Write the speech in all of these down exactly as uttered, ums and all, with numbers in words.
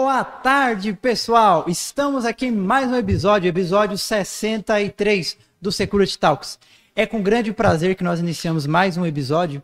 Boa tarde, pessoal! Estamos aqui em mais um episódio, episódio sessenta e três do Security Talks. É com grande prazer que nós iniciamos mais um episódio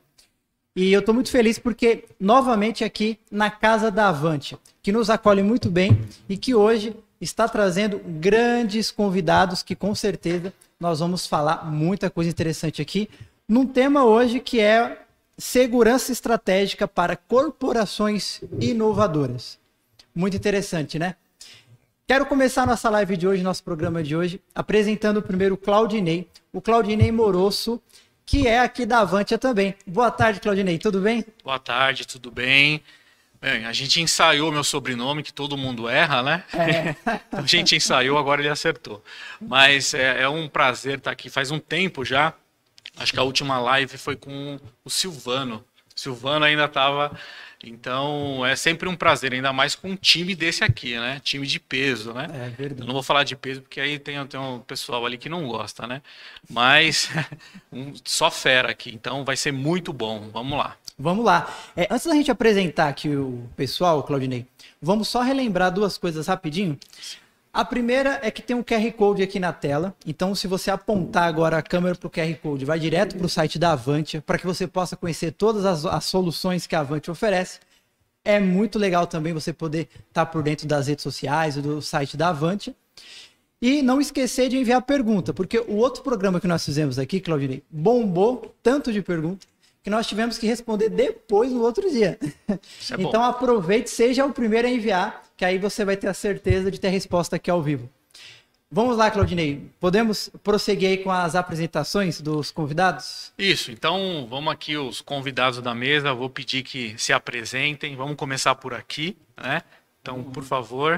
e eu estou muito feliz porque, novamente aqui na Casa da Avante, que nos acolhe muito bem e que hoje está trazendo grandes convidados que com certeza nós vamos falar muita coisa interessante aqui, num tema hoje que é segurança estratégica para corporações inovadoras. Muito interessante, né? Quero começar nossa live de hoje, nosso programa de hoje, apresentando primeiro o Claudinei, o Claudinei Morosso, que é aqui da Avantia também. Boa tarde, Claudinei, tudo bem? Boa tarde, tudo bem? Bem, a gente ensaiou meu sobrenome, que todo mundo erra, né? É. A gente ensaiou, agora ele acertou. Mas é, é um prazer estar aqui, faz um tempo já. Acho que a última live foi com o Silvano. O Silvano ainda estava... Então, é sempre um prazer, ainda mais com um time desse aqui, né? Time de peso, né? É verdade. Eu não vou falar de peso, porque aí tem, tem um pessoal ali que não gosta, né? Mas um, só fera aqui, então vai ser muito bom. Vamos lá. Vamos lá. É, antes da gente apresentar aqui o pessoal, Claudinei, vamos só relembrar duas coisas rapidinho. A primeira é que tem um Q R Code aqui na tela, então se você apontar agora a câmera para o Q R Code, vai direto para o site da Avantia, para que você possa conhecer todas as, as soluções que a Avantia oferece. É muito legal também você poder estar por dentro das redes sociais e do site da Avantia. E não esquecer de enviar pergunta, porque o outro programa que nós fizemos aqui, Claudinei, bombou tanto de pergunta que nós tivemos que responder depois no outro dia. Isso é então bom. Aproveite, seja o primeiro a enviar, que aí você vai ter a certeza de ter a resposta aqui ao vivo. Vamos lá, Claudinei. Podemos prosseguir aí com as apresentações dos convidados? Isso, então vamos aqui os convidados da mesa, vou pedir que se apresentem, vamos começar por aqui, né? Então, por favor.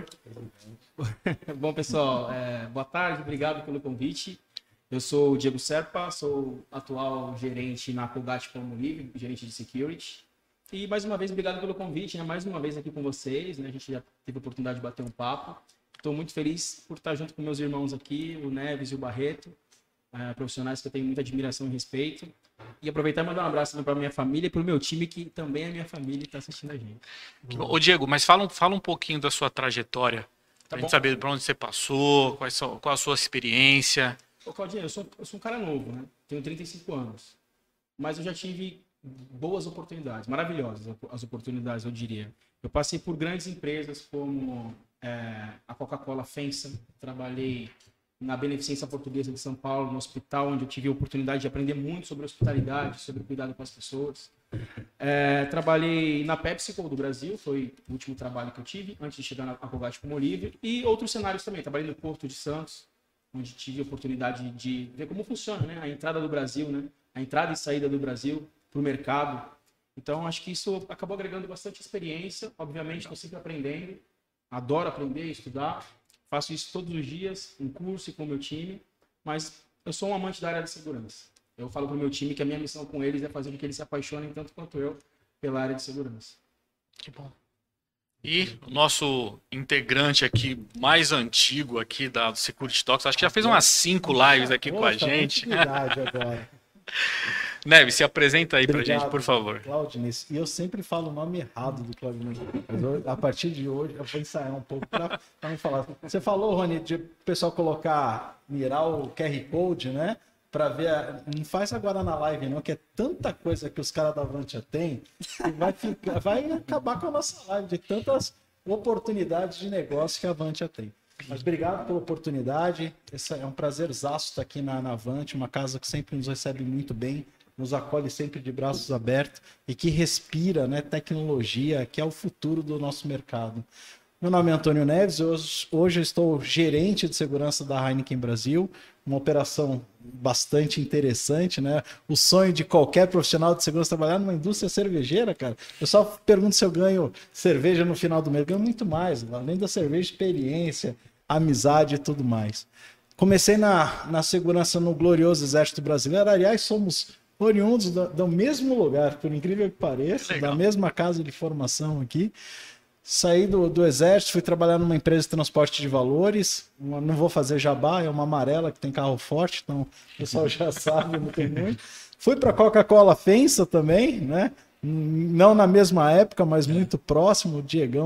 Bom, pessoal, é, boa tarde, obrigado pelo convite. Eu sou o Diego Serpa, sou atual gerente na Colgate Palmolive, gerente de security. E mais uma vez, obrigado pelo convite, né? Mais uma vez aqui com vocês, né? A gente já teve a oportunidade de bater um papo. Estou muito feliz por estar junto com meus irmãos aqui, o Neves e o Barreto, é, profissionais que eu tenho muita admiração e respeito. E aproveitar e mandar um abraço para a minha família e para o meu time, que também é minha família e está assistindo a gente. Ô Diego, mas fala, fala um pouquinho da sua trajetória, para a gente saber para onde você passou, qual, são, qual a sua experiência. Ô, Claudinho, eu sou, eu sou um cara novo, né? Tenho trinta e cinco anos. Mas eu já tive boas oportunidades, maravilhosas as oportunidades, eu diria. Eu passei por grandes empresas como é, a Coca-Cola FEMSA, trabalhei na Beneficência Portuguesa de São Paulo, no hospital, onde eu tive a oportunidade de aprender muito sobre hospitalidade, sobre cuidado com as pessoas. É, trabalhei na PepsiCo do Brasil, foi o último trabalho que eu tive, antes de chegar na Colgate Palmolive, e outros cenários também. Trabalhei no Porto de Santos, onde tive a oportunidade de ver como funciona, né? A entrada do Brasil, né? A entrada e saída do Brasil para o mercado. Então, acho que isso acabou agregando bastante experiência. Obviamente, estou sempre aprendendo. Adoro aprender, estudar. Faço isso todos os dias, em curso e com o meu time. Mas eu sou um amante da área de segurança. Eu falo para o meu time que a minha missão com eles é fazer com que eles se apaixonem tanto quanto eu pela área de segurança. Que bom. E o nosso integrante aqui, mais antigo aqui da Security Talks, acho que já fez umas cinco lives aqui com a gente. Agora. Neves, se apresenta aí Obrigado, pra gente, por favor. Claudinei. E eu sempre falo o nome errado do Claudinei. Mas eu, a partir de hoje eu vou ensaiar um pouco para me falar. Você falou, Rony, de o pessoal colocar, mirar o Q R Code, né? Para ver, a... não faz agora na live não, que é tanta coisa que os caras da Avantia têm, que vai, ficar, vai acabar com a nossa live, de tantas oportunidades de negócio que a Avantia tem. Mas obrigado pela oportunidade, esse é um prazerzaço estar aqui na, na Avantia, uma casa que sempre nos recebe muito bem, nos acolhe sempre de braços abertos e que respira, né, tecnologia, que é o futuro do nosso mercado. Meu nome é Antônio Neves, hoje, hoje eu estou gerente de segurança da Heineken Brasil, uma operação bastante interessante, né? O sonho de qualquer profissional de segurança trabalhar numa indústria cervejeira, cara. Eu só pergunto se eu ganho cerveja no final do mês. Eu ganho muito mais, além da cerveja, experiência, amizade e tudo mais. Comecei na, na segurança no glorioso Exército Brasileiro. Aliás, somos oriundos do, do mesmo lugar, por incrível que pareça, Legal. Da mesma casa de formação aqui. Saí do, do Exército, fui trabalhar numa empresa de transporte de valores. Uma, não vou fazer jabá, é uma amarela que tem carro forte, então o pessoal já sabe, não tem muito. Fui para a Coca-Cola FEMSA também, né? Não na mesma época, mas muito próximo. O Diegão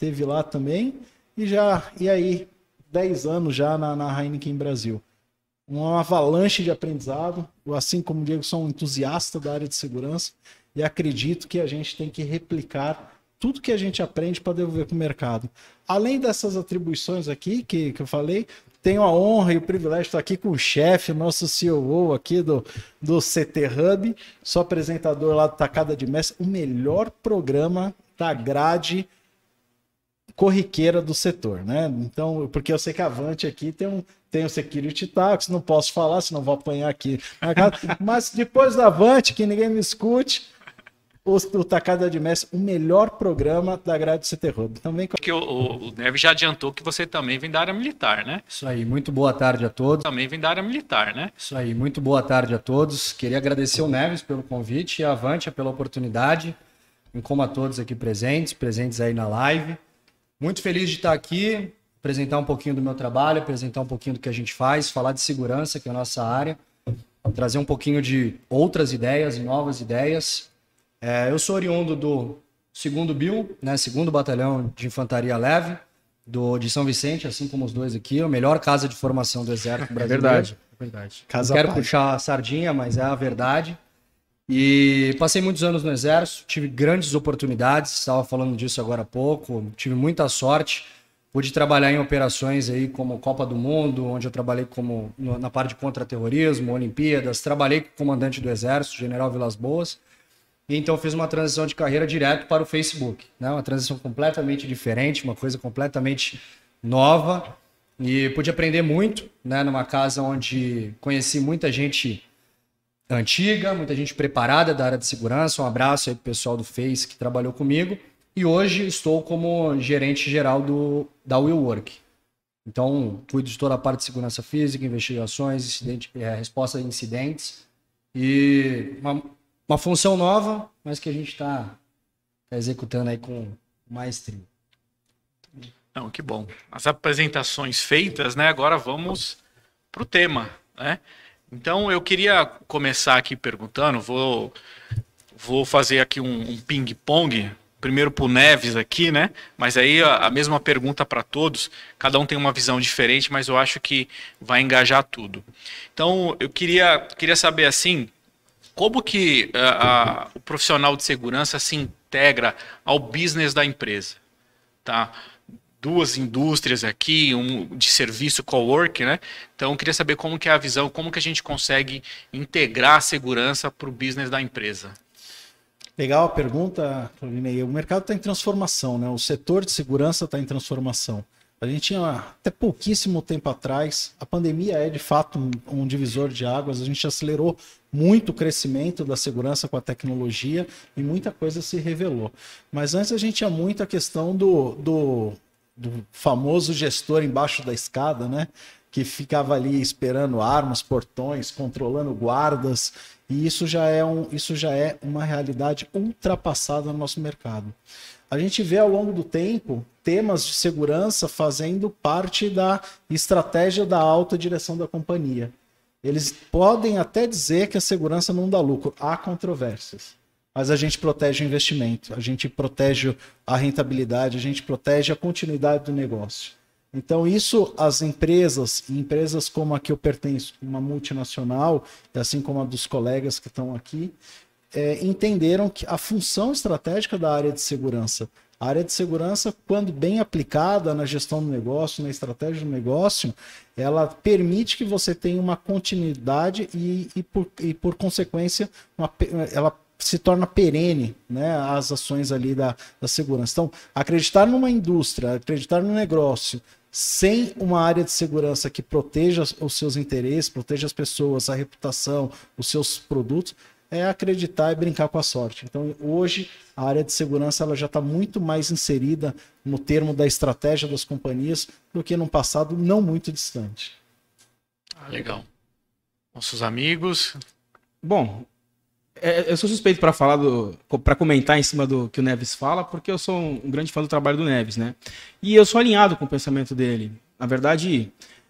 teve lá também. E já, e aí, dez anos já na, na Heineken Brasil. Uma avalanche de aprendizado. Eu, assim como o Diego, sou um entusiasta da área de segurança e acredito que a gente tem que replicar tudo que a gente aprende para devolver para o mercado. Além dessas atribuições aqui que, que eu falei, tenho a honra e o privilégio de estar aqui com o chefe, nosso C E O aqui do, do C T Hub, sou apresentador lá do Tacada de Mestre, o melhor programa da grade corriqueira do setor, né? Então, porque eu sei que a Avante aqui tem um, tem um Security Tax, não posso falar, senão vou apanhar aqui. Mas depois da Avante, que ninguém me escute, o, o Tacada de Mestre, o melhor programa da grade do C T Hub. Também porque o, o, o Neves já adiantou que você também vem da área militar, né? Isso aí, muito boa tarde a todos. Também vem da área militar, né? Isso aí, muito boa tarde a todos. Queria agradecer o Neves pelo convite e a Avantia pela oportunidade, em como a todos aqui presentes, presentes aí na live. Muito feliz de estar aqui, apresentar um pouquinho do meu trabalho, apresentar um pouquinho do que a gente faz, falar de segurança, que é a nossa área, trazer um pouquinho de outras ideias e novas ideias. É, eu sou oriundo do segundo B I L, né, segundo Batalhão de Infantaria Leve, do, de São Vicente, assim como os dois aqui, a melhor casa de formação do Exército Brasileiro. É verdade, é verdade. Não quero puxar a sardinha, mas é a verdade. E passei muitos anos no Exército, tive grandes oportunidades, estava falando disso agora há pouco, tive muita sorte, pude trabalhar em operações aí como Copa do Mundo, onde eu trabalhei como na parte de contra-terrorismo, Olimpíadas, trabalhei com o comandante do Exército, General Vilas Boas, e então fiz uma transição de carreira direto para o Facebook, né? Uma transição completamente diferente, uma coisa completamente nova, e pude aprender muito, né? Numa casa onde conheci muita gente antiga, muita gente preparada da área de segurança. Um abraço aí pro pessoal do Face que trabalhou comigo. E hoje estou como gerente geral do, da Will Work. Então, cuido de toda a parte de segurança física, investigações, incidente, é, resposta a incidentes. E uma, uma função nova, mas que a gente está tá executando aí com maestria. Não, que bom. As apresentações feitas, né? Agora vamos pro tema, né? Então, eu queria começar aqui perguntando, vou, vou fazer aqui um, um ping-pong, primeiro para o Neves aqui, né? Mas aí a, a mesma pergunta para todos, cada um tem uma visão diferente, mas eu acho que vai engajar tudo. Então, eu queria, queria saber, assim, como que a, a, o profissional de segurança se integra ao business da empresa, tá? Duas indústrias aqui, um de serviço cowork, né? Então eu queria saber como que é a visão, como que a gente consegue integrar a segurança para o business da empresa. Legal a pergunta, Claudinei. O mercado está em transformação, né? O setor de segurança está em transformação. A gente tinha até pouquíssimo tempo atrás, a pandemia é de fato um, um divisor de águas, a gente acelerou muito o crescimento da segurança com a tecnologia e muita coisa se revelou. Mas antes a gente tinha muito a questão do... do do famoso gestor embaixo da escada, né? Que ficava ali esperando armas, portões, controlando guardas, e isso já é, um, isso já é uma realidade ultrapassada no nosso mercado. A gente vê ao longo do tempo temas de segurança fazendo parte da estratégia da alta direção da companhia. Eles podem até dizer que a segurança não dá lucro, há controvérsias. Mas a gente protege o investimento, a gente protege a rentabilidade, a gente protege a continuidade do negócio. Então isso, as empresas, empresas como a que eu pertenço, uma multinacional, assim como a dos colegas que estão aqui, é, entenderam que a função estratégica da área de segurança, a área de segurança, quando bem aplicada na gestão do negócio, na estratégia do negócio, ela permite que você tenha uma continuidade e, e, por, e por consequência, uma, ela se torna perene, né, as ações ali da, da segurança. Então, acreditar numa indústria, acreditar no negócio, sem uma área de segurança que proteja os seus interesses, proteja as pessoas, a reputação, os seus produtos, é acreditar e brincar com a sorte. Então, hoje, a área de segurança ela já está muito mais inserida no termo da estratégia das companhias do que num passado não muito distante. Ah, legal. Nossos amigos... Bom... Eu sou suspeito para falar do, para comentar em cima do que o Neves fala, porque eu sou um grande fã do trabalho do Neves, né? E eu sou alinhado com o pensamento dele. Na verdade,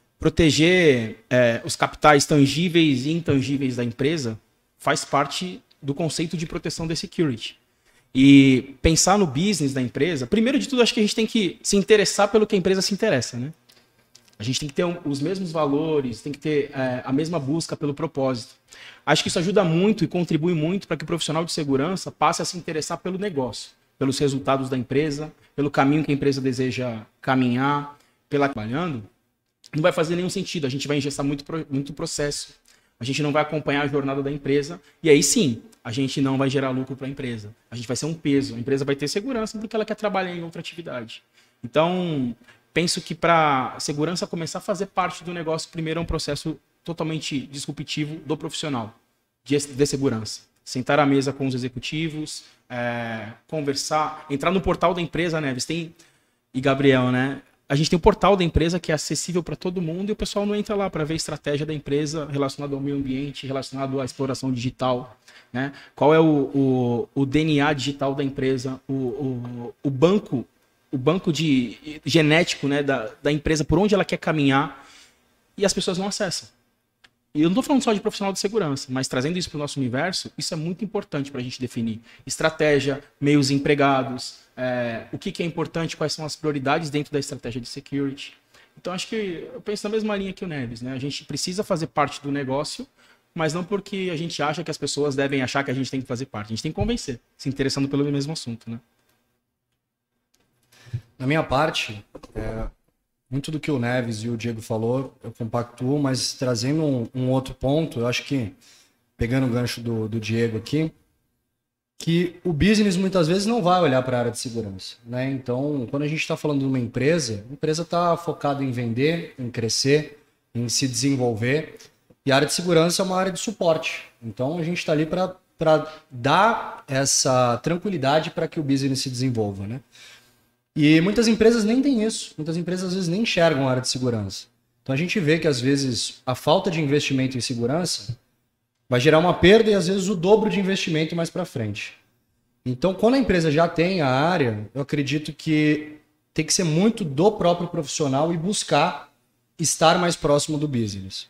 proteger é, os capitais tangíveis e intangíveis da empresa faz parte do conceito de proteção de security. E pensar no business da empresa, primeiro de tudo, acho que a gente tem que se interessar pelo que a empresa se interessa, né? A gente tem que ter um, os mesmos valores, tem que ter é, a mesma busca pelo propósito. Acho que isso ajuda muito e contribui muito para que o profissional de segurança passe a se interessar pelo negócio, pelos resultados da empresa, pelo caminho que a empresa deseja caminhar, pela trabalhando. Não vai fazer nenhum sentido, a gente vai engessar muito, muito processo, a gente não vai acompanhar a jornada da empresa, e aí sim, a gente não vai gerar lucro para a empresa. A gente vai ser um peso, a empresa vai ter segurança porque ela quer trabalhar em outra atividade. Então, penso que para a segurança começar a fazer parte do negócio, primeiro é um processo totalmente disruptivo do profissional de, de segurança. Sentar à mesa com os executivos, é, conversar, entrar no portal da empresa, né? Eles têm, e Gabriel, né? A gente tem o portal da empresa que é acessível para todo mundo e o pessoal não entra lá para ver a estratégia da empresa relacionada ao meio ambiente, relacionado à exploração digital, né? Qual é o, o, o D N A digital da empresa, o, o, o banco, o banco de, genético, né, da, da empresa, por onde ela quer caminhar, e as pessoas não acessam. E eu não estou falando só de profissional de segurança, mas trazendo isso para o nosso universo, isso é muito importante para a gente definir estratégia, meios empregados, é, o que, que é importante, quais são as prioridades dentro da estratégia de security. Então, acho que eu penso na mesma linha que o Neves, né? A gente precisa fazer parte do negócio, mas não porque a gente acha que as pessoas devem achar que a gente tem que fazer parte. A gente tem que convencer, se interessando pelo mesmo assunto, né? Na minha parte, é, muito do que o Neves e o Diego falou, eu compactuo, mas trazendo um, um outro ponto, eu acho que, pegando o gancho do, do Diego aqui, que o business muitas vezes não vai olhar para a área de segurança, né? Então, quando a gente está falando de uma empresa, a empresa está focada em vender, em crescer, em se desenvolver, e a área de segurança é uma área de suporte. Então, a gente está ali para dar essa tranquilidade para que o business se desenvolva, né? E muitas empresas nem têm isso. Muitas empresas às vezes nem enxergam a área de segurança. Então a gente vê que às vezes a falta de investimento em segurança vai gerar uma perda e às vezes o dobro de investimento mais para frente. Então quando a empresa já tem a área, eu acredito que tem que ser muito do próprio profissional e buscar estar mais próximo do business.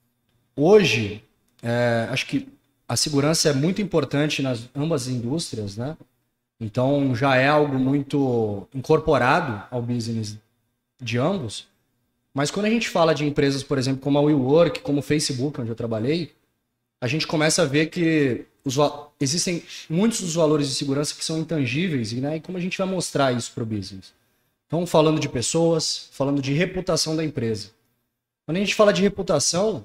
Hoje, é, acho que a segurança é muito importante nas ambas indústrias, né? Então já é algo muito incorporado ao business de ambos. Mas quando a gente fala de empresas, por exemplo, como a WeWork, como o Facebook, onde eu trabalhei, a gente começa a ver que os, existem muitos dos valores de segurança que são intangíveis, né? E como a gente vai mostrar isso para o business? Então, falando de pessoas, falando de reputação da empresa. Quando a gente fala de reputação,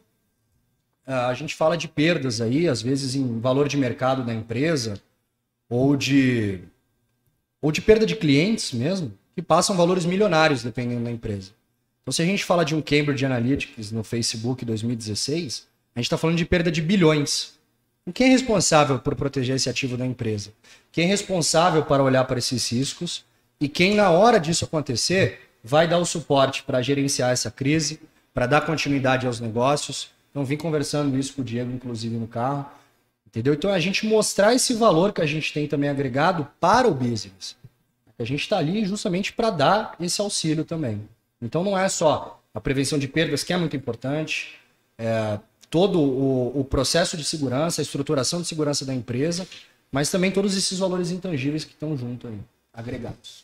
a gente fala de perdas aí, às vezes em valor de mercado da empresa, ou de, ou de perda de clientes mesmo, que passam valores milionários dependendo da empresa. Então, se a gente fala de um Cambridge Analytics no Facebook dois mil e dezesseis, a gente está falando de perda de bilhões. E quem é responsável por proteger esse ativo da empresa? Quem é responsável para olhar para esses riscos? E quem, na hora disso acontecer, vai dar o suporte para gerenciar essa crise, para dar continuidade aos negócios. Então, vim conversando isso com o Diego, inclusive, no carro. Entendeu? Então, é a gente mostrar esse valor que a gente tem também agregado para o business. A gente está ali justamente para dar esse auxílio também. Então, não é só a prevenção de perdas, que é muito importante, é, todo o, o processo de segurança, a estruturação de segurança da empresa, mas também todos esses valores intangíveis que estão junto aí, agregados.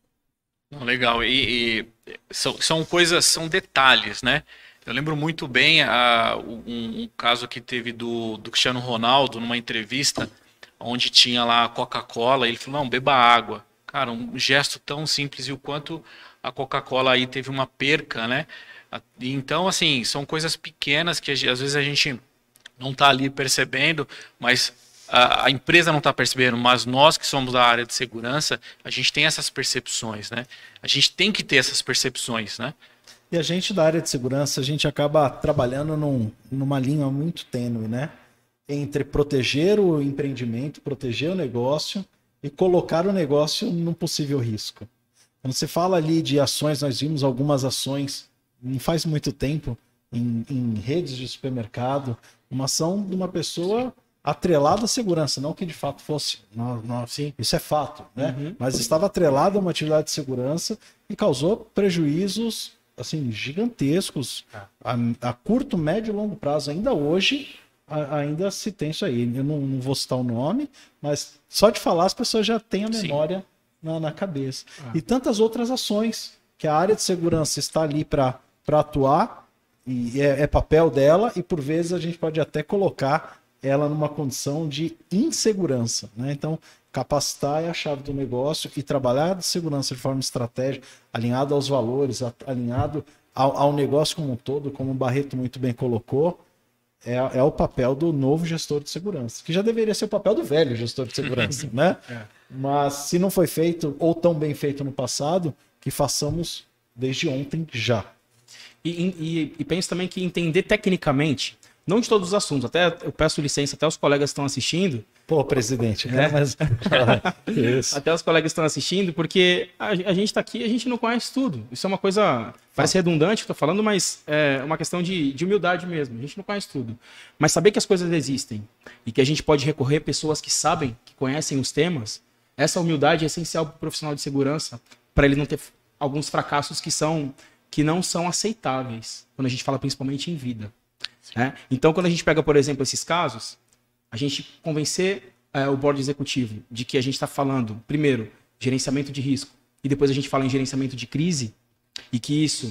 Legal. E, e são, são coisas, são detalhes, né? Eu lembro muito bem a, um, um caso que teve do, do Cristiano Ronaldo numa entrevista, onde tinha lá a Coca-Cola, e ele falou, não, beba água. Cara, um gesto tão simples, e o quanto a Coca-Cola aí teve uma perca, né? Então, assim, são coisas pequenas que às vezes a gente não está ali percebendo, mas a, a empresa não está percebendo, mas nós que somos da área de segurança, a gente tem essas percepções, né? A gente tem que ter essas percepções, né? E a gente da área de segurança, a gente acaba trabalhando num, numa linha muito tênue, né? Entre proteger o empreendimento, proteger o negócio e colocar o negócio num possível risco. Quando você fala ali de ações, nós vimos algumas ações, não faz muito tempo, em, em redes de supermercado, uma ação de uma pessoa atrelada à segurança, não que de fato fosse, não, não, sim, isso é fato, né? Uhum. Mas estava atrelada a uma atividade de segurança e causou prejuízos assim, gigantescos a, a curto, médio e longo prazo. Ainda hoje, a, ainda se tem isso aí. Eu não, não vou citar o nome, mas só de falar as pessoas já têm a memória na, na cabeça. Ah. E tantas outras ações que a área de segurança está ali para atuar, e é, é papel dela, e por vezes a gente pode até colocar ela numa condição de insegurança, né? Então, capacitar é a chave do negócio e trabalhar de segurança de forma estratégica, alinhado aos valores, alinhado ao, ao negócio como um todo, como o Barreto muito bem colocou, é, é o papel do novo gestor de segurança, que já deveria ser o papel do velho gestor de segurança, né? É. Mas se não foi feito ou tão bem feito no passado, que façamos desde ontem já. E, e, e penso também que entender tecnicamente, não de todos os assuntos, até eu peço licença até os colegas que estão assistindo. Pô, presidente, É. mas... Isso. Até os colegas que estão assistindo, porque a, a gente está aqui, a gente não conhece tudo. Isso é uma coisa, parece redundante que eu estou falando, mas é uma questão de, de humildade mesmo. A gente não conhece tudo. Mas saber que as coisas existem e que a gente pode recorrer a pessoas que sabem, que conhecem os temas, essa humildade é essencial para o profissional de segurança, para ele não ter alguns fracassos que, são, que não são aceitáveis, quando a gente fala principalmente em vida. Né? Então, quando a gente pega, por exemplo, esses casos, a gente convencer é, o board executivo de que a gente está falando, primeiro, gerenciamento de risco, e depois a gente fala em gerenciamento de crise, e que isso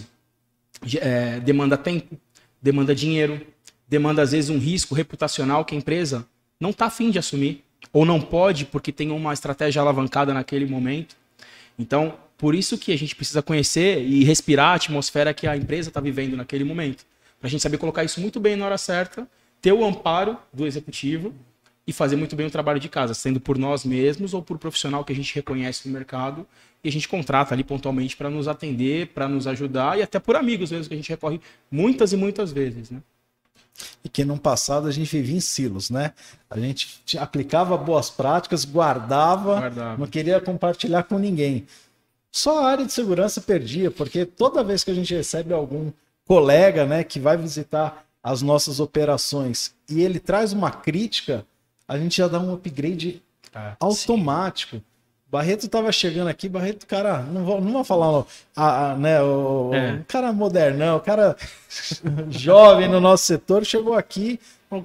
é, demanda tempo, demanda dinheiro, demanda, às vezes, um risco reputacional que a empresa não está afim de assumir, ou não pode porque tem uma estratégia alavancada naquele momento. Então, por isso que a gente precisa conhecer e respirar a atmosfera que a empresa está vivendo naquele momento, para a gente saber colocar isso muito bem na hora certa, ter o amparo do executivo e fazer muito bem o trabalho de casa, sendo por nós mesmos ou por profissional que a gente reconhece no mercado e a gente contrata ali pontualmente para nos atender, para nos ajudar, e até por amigos mesmo, que a gente recorre muitas e muitas vezes, né? E que no passado a gente vivia em silos, né? A gente tinha- aplicava boas práticas, guardava, Guardava. não queria compartilhar com ninguém. Só a área de segurança perdia, porque toda vez que a gente recebe algum colega, né, que vai visitar as nossas operações e ele traz uma crítica, a gente já dá um upgrade Ah, automático. Barreto estava chegando aqui, Barreto, cara, não vou, não vou falar o, a, a, né, o, É. o cara modernão, o cara jovem no nosso setor, chegou aqui,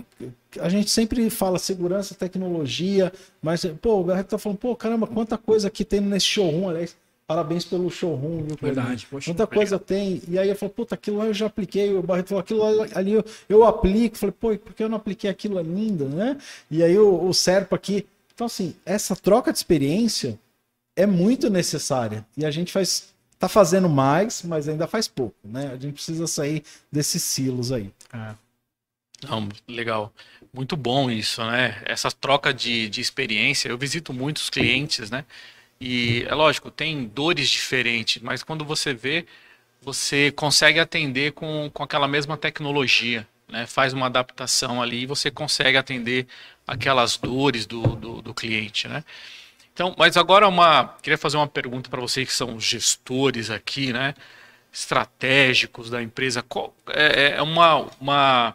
a gente sempre fala segurança, tecnologia, mas, pô, o Barreto tá falando, pô, caramba, quanta coisa que tem nesse showroom, aliás, parabéns pelo showroom, viu, Cleber? Verdade, poxa, Quanta coisa tem. E aí eu falei, puta, aquilo lá eu já apliquei. O Barreto falou, aquilo ali eu, eu aplico. Falei, pô, por que eu não apliquei aquilo ainda, né? E aí o, o Serpa aqui. Então, assim, essa troca de experiência é muito necessária. E a gente faz, tá fazendo mais, mas ainda faz pouco, né? A gente precisa sair desses silos aí. É. Não, legal. Muito bom isso, né? Essa troca de, de experiência. Eu visito muitos clientes, né? E é lógico, tem dores diferentes, mas quando você vê, você consegue atender com, com aquela mesma tecnologia, né? Faz uma adaptação ali e você consegue atender aquelas dores do, do, do cliente, né? Então, mas agora uma, queria fazer uma pergunta para vocês que são gestores aqui, né? Estratégicos da empresa. Qual, é, é uma, uma,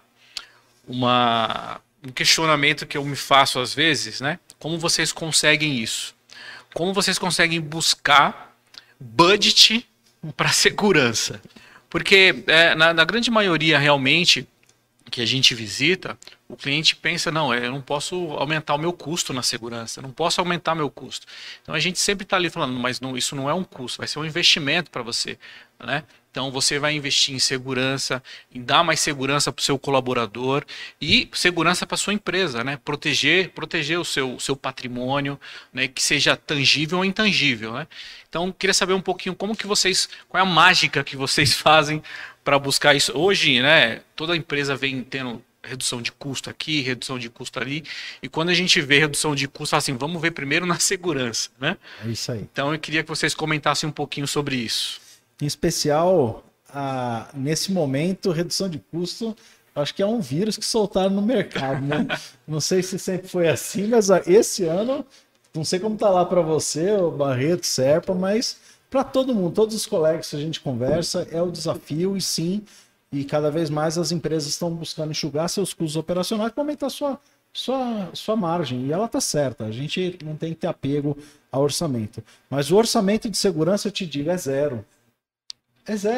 uma, um questionamento que eu me faço às vezes, né? Como vocês conseguem isso? Como vocês conseguem buscar budget para segurança? Porque é, na, na grande maioria realmente que a gente visita, o cliente pensa, não, eu não posso aumentar o meu custo na segurança, eu não posso aumentar meu custo. Então a gente sempre está ali falando, mas não, isso não é um custo, vai ser um investimento para você, né? Então você vai investir em segurança, em dar mais segurança para o seu colaborador e segurança para sua empresa, né? Proteger, proteger o seu, o seu patrimônio, né? Que seja tangível ou intangível, né? Então queria saber um pouquinho como que vocês, qual é a mágica que vocês fazem para buscar isso. Hoje, né? Toda empresa vem tendo redução de custo aqui, redução de custo ali, e quando a gente vê redução de custo, assim, vamos ver primeiro na segurança, né? É isso aí. Então eu queria que vocês comentassem um pouquinho sobre isso. Em especial, a, nesse momento, redução de custo, acho que é um vírus que soltaram no mercado, né? Não sei se sempre foi assim, mas ó, esse ano, não sei como tá lá para você, o Barreto, Serpa, mas para todo mundo, todos os colegas que a gente conversa, é o desafio e sim, e cada vez mais as empresas estão buscando enxugar seus custos operacionais para aumentar sua, sua, sua margem. E ela está certa, a gente não tem que ter apego ao orçamento. Mas o orçamento de segurança, eu te digo, é zero. É zero.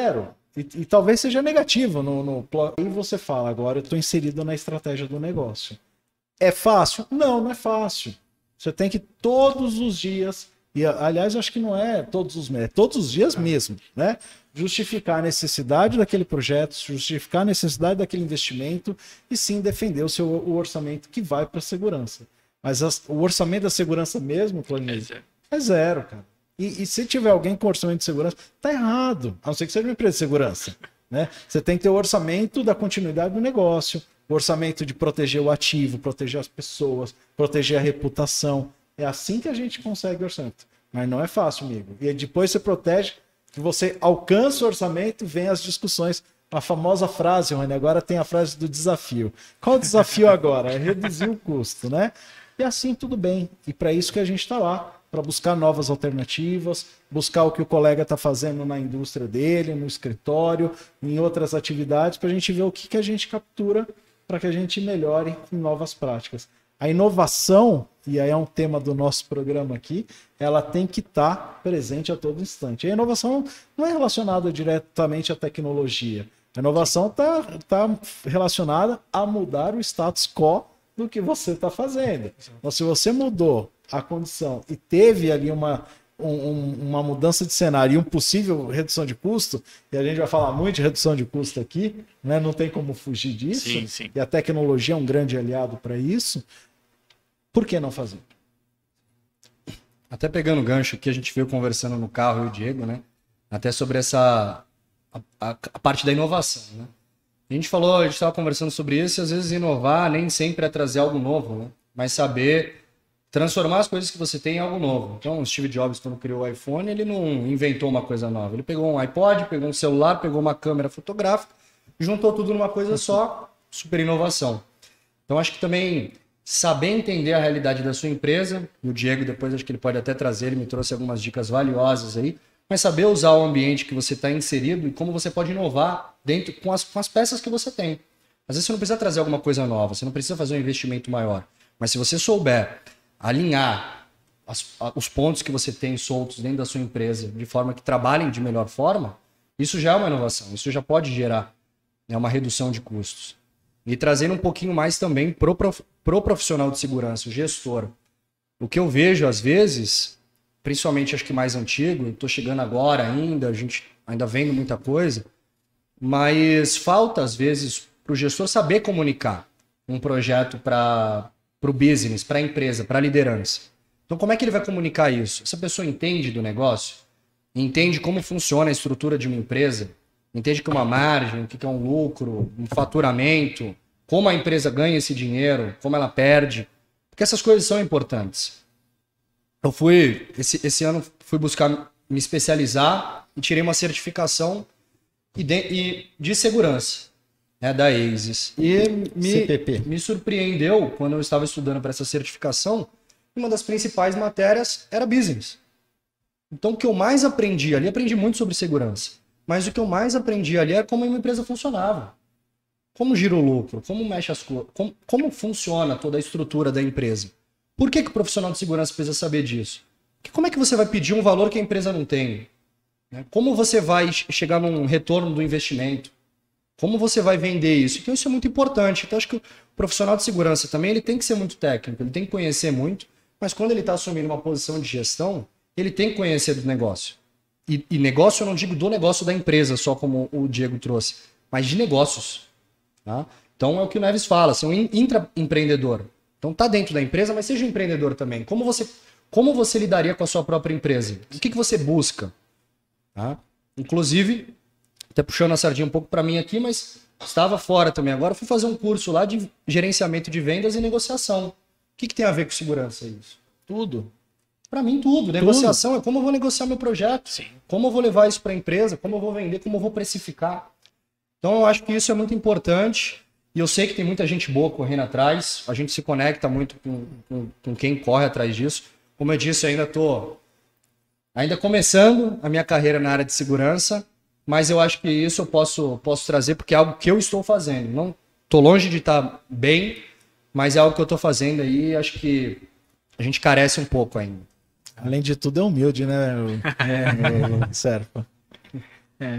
E, e talvez seja negativo. No, no, aí você fala, agora eu estou inserido na estratégia do negócio. É fácil? Não, não é fácil. Você tem que todos os dias, e aliás, eu acho que não é todos os meses, é todos os dias mesmo, né? Justificar a necessidade daquele projeto, justificar a necessidade daquele investimento e sim defender o seu o orçamento que vai para a segurança. Mas as, o orçamento da segurança mesmo, Claudinei, é zero. É zero, cara. E, e se tiver alguém com orçamento de segurança, tá errado. A não ser que seja uma empresa de segurança, né? Você tem que ter o orçamento da continuidade do negócio, o orçamento de proteger o ativo, proteger as pessoas, proteger a reputação. É assim que a gente consegue orçamento. Mas não é fácil, amigo. E depois você protege, que você alcança o orçamento, vem as discussões. A famosa frase, Rony, agora tem a frase do desafio. Qual o desafio agora? É reduzir o custo, né? E assim tudo bem. E para isso que a gente está lá, para buscar novas alternativas, buscar o que o colega está fazendo na indústria dele, no escritório, em outras atividades, para a gente ver o que, que a gente captura para que a gente melhore em novas práticas. A inovação, e aí é um tema do nosso programa aqui, ela tem que estar presente a todo instante. A inovação não é relacionada diretamente à tecnologia. A inovação está tá relacionada a mudar o status quo do que você está fazendo. Então, se você mudou a condição e teve ali uma, um, uma mudança de cenário e um possível redução de custo, e a gente vai falar muito de redução de custo aqui, né? Não tem como fugir disso, sim, sim. E a tecnologia é um grande aliado para isso, por que não fazer? Até pegando o gancho aqui, a gente veio conversando no carro, eu e o Diego, né? Até sobre essa a, a, a parte da inovação, né? A gente falou, a gente estava conversando sobre isso, e às vezes inovar nem sempre é trazer algo novo, né? Mas saber transformar as coisas que você tem em algo novo. Então, o Steve Jobs, quando criou o iPhone, ele não inventou uma coisa nova. Ele pegou um iPod, pegou um celular, pegou uma câmera fotográfica, juntou tudo numa coisa só, super inovação. Então, acho que também saber entender a realidade da sua empresa, e o Diego depois acho que ele pode até trazer, ele me trouxe algumas dicas valiosas aí, mas saber usar o ambiente que você está inserido e como você pode inovar dentro com as, com as peças que você tem. Às vezes você não precisa trazer alguma coisa nova, você não precisa fazer um investimento maior, mas se você souber alinhar as, os pontos que você tem soltos dentro da sua empresa de forma que trabalhem de melhor forma, isso já é uma inovação, isso já pode gerar, né, uma redução de custos. E trazendo um pouquinho mais também pro, pro profissional de segurança, o gestor. O que eu vejo às vezes, principalmente acho que mais antigo, eu estou chegando agora ainda, a gente ainda vendo muita coisa, mas falta às vezes para o gestor saber comunicar um projeto para o business, para a empresa, para a liderança. Então como é que ele vai comunicar isso? Essa pessoa entende do negócio? Entende como funciona a estrutura de uma empresa? Entende que uma margem, o que é um lucro, um faturamento, como a empresa ganha esse dinheiro, como ela perde, porque essas coisas são importantes. Eu fui, esse, esse ano, fui buscar me especializar e tirei uma certificação e de, e de segurança, né, da ASIS. E me, C P P. me surpreendeu, quando eu estava estudando para essa certificação, uma das principais matérias era business. Então, o que eu mais aprendi ali, aprendi muito sobre segurança, mas o que eu mais aprendi ali é como uma empresa funcionava. Como gira o lucro, como mexe as coisas, como, como funciona toda a estrutura da empresa. Por que, que o profissional de segurança precisa saber disso? Porque como é que você vai pedir um valor que a empresa não tem? Como você vai chegar num retorno do investimento? Como você vai vender isso? Então isso é muito importante. Então acho que o profissional de segurança também ele tem que ser muito técnico, ele tem que conhecer muito, mas quando ele está assumindo uma posição de gestão, ele tem que conhecer do negócio. E, e negócio eu não digo do negócio da empresa, só como o Diego trouxe, mas de negócios. Tá? Então é o que o Neves fala, ser um intraempreendedor. Então tá dentro da empresa, mas seja um empreendedor também. Como você, como você lidaria com a sua própria empresa? O que, que você busca? Tá? Inclusive, até puxando a sardinha um pouco para mim aqui, mas estava fora também. Agora fui fazer um curso lá de gerenciamento de vendas e negociação. O que, que tem a ver com segurança isso? Tudo. Para mim, tudo. Negociação tudo. É como eu vou negociar meu projeto, Sim. como eu vou levar isso para a empresa, como eu vou vender, como eu vou precificar. Então, eu acho que isso é muito importante. E eu sei que tem muita gente boa correndo atrás. A gente se conecta muito com, com, com quem corre atrás disso. Como eu disse, eu ainda estou ainda começando a minha carreira na área de segurança, mas eu acho que isso eu posso, posso trazer porque é algo que eu estou fazendo. Não estou longe de estar bem, mas é algo que eu estou fazendo aí e acho que a gente carece um pouco ainda. Além de tudo, é humilde, né? É, é, Serpa. É.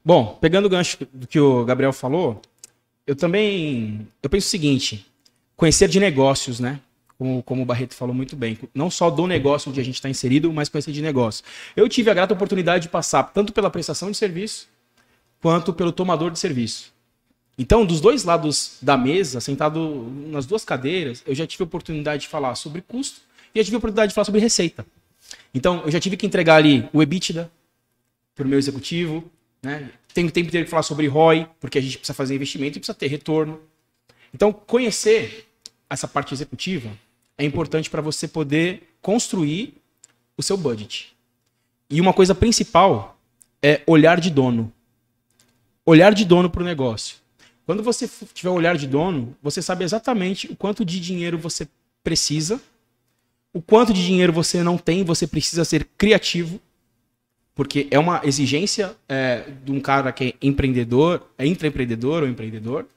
Bom, pegando o gancho do que o Gabriel falou, eu também eu penso o seguinte, conhecer de negócios, né? Como, como o Barreto falou muito bem, não só do negócio onde a gente está inserido, mas conhecer de negócio. Eu tive a grata oportunidade de passar tanto pela prestação de serviço, quanto pelo tomador de serviço. Então, dos dois lados da mesa, sentado nas duas cadeiras, eu já tive a oportunidade de falar sobre custo e já tive a oportunidade de falar sobre receita. Então, eu já tive que entregar ali o EBITDA para o meu executivo, né? Tenho tempo de falar sobre R O I, porque a gente precisa fazer investimento e precisa ter retorno. Então, conhecer essa parte executiva é importante para você poder construir o seu budget. E uma coisa principal é olhar de dono. Olhar de dono para o negócio. Quando você tiver olhar de dono, você sabe exatamente o quanto de dinheiro você precisa, o quanto de dinheiro você não tem, você precisa ser criativo, porque é uma exigência é, de um cara que é empreendedor, é intraempreendedor ou empreendedor.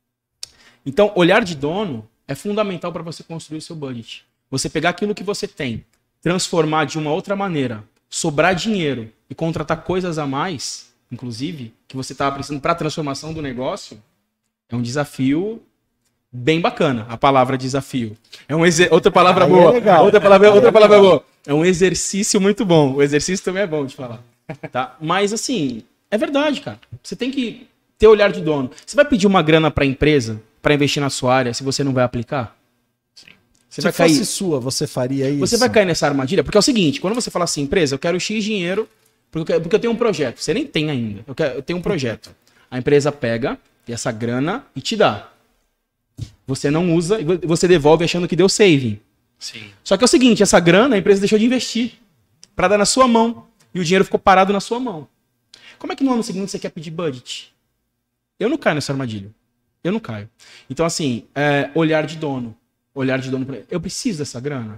Então, olhar de dono é fundamental para você construir o seu budget. Você pegar aquilo que você tem, transformar de uma outra maneira, sobrar dinheiro e contratar coisas a mais, inclusive, que você estava precisando para a transformação do negócio, é um desafio bem bacana, a palavra desafio. É um exer... Outra palavra Aí boa. é legal. Outra palavra, Aí outra é palavra legal. boa. É um exercício muito bom. O exercício também é bom de falar. Tá? Mas assim, é verdade, cara. Você tem que ter olhar de dono. Você vai pedir uma grana para a empresa para investir na sua área se você não vai aplicar? Sim. Você Se vai fosse cair... sua, você faria isso? Você vai cair nessa armadilha? Porque é o seguinte, quando você fala assim, empresa, eu quero X dinheiro porque eu, porque eu tenho um projeto. Você nem tem ainda. Eu, quero, eu tenho um projeto. A empresa pega essa grana e te dá. Você não usa e você devolve achando que deu saving. Sim. Só que é o seguinte, essa grana a empresa deixou de investir para dar na sua mão e o dinheiro ficou parado na sua mão. Como é que no ano seguinte você quer pedir budget? Eu não caio nessa armadilha. Eu não caio. Então assim, é, olhar de dono. Olhar de dono. Pra... Eu preciso dessa grana.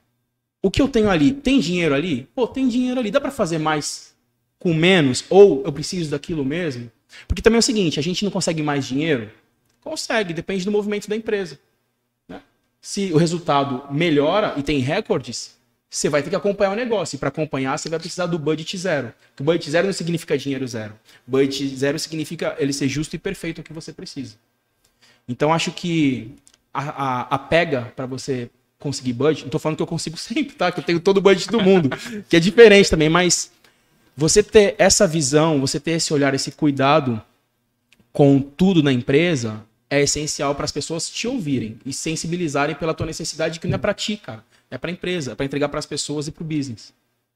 O que eu tenho ali, tem dinheiro ali? Pô, tem dinheiro ali. Dá para fazer mais com menos? Ou eu preciso daquilo mesmo? Porque também é o seguinte, a gente não consegue mais dinheiro? Consegue, depende do movimento da empresa. Né? Se o resultado melhora e tem recordes, você vai ter que acompanhar o negócio. E para acompanhar, você vai precisar do budget zero. O budget zero não significa dinheiro zero. Budget zero significa ele ser justo e perfeito o que você precisa. Então, acho que a, a, a pega para você conseguir budget, não estou falando que eu consigo sempre, tá? Que eu tenho todo o budget do mundo, que é diferente também, mas você ter essa visão, você ter esse olhar, esse cuidado com tudo na empresa é essencial para as pessoas te ouvirem e sensibilizarem pela tua necessidade, que não é para ti, cara. É para a empresa, é para entregar para as pessoas e para o business.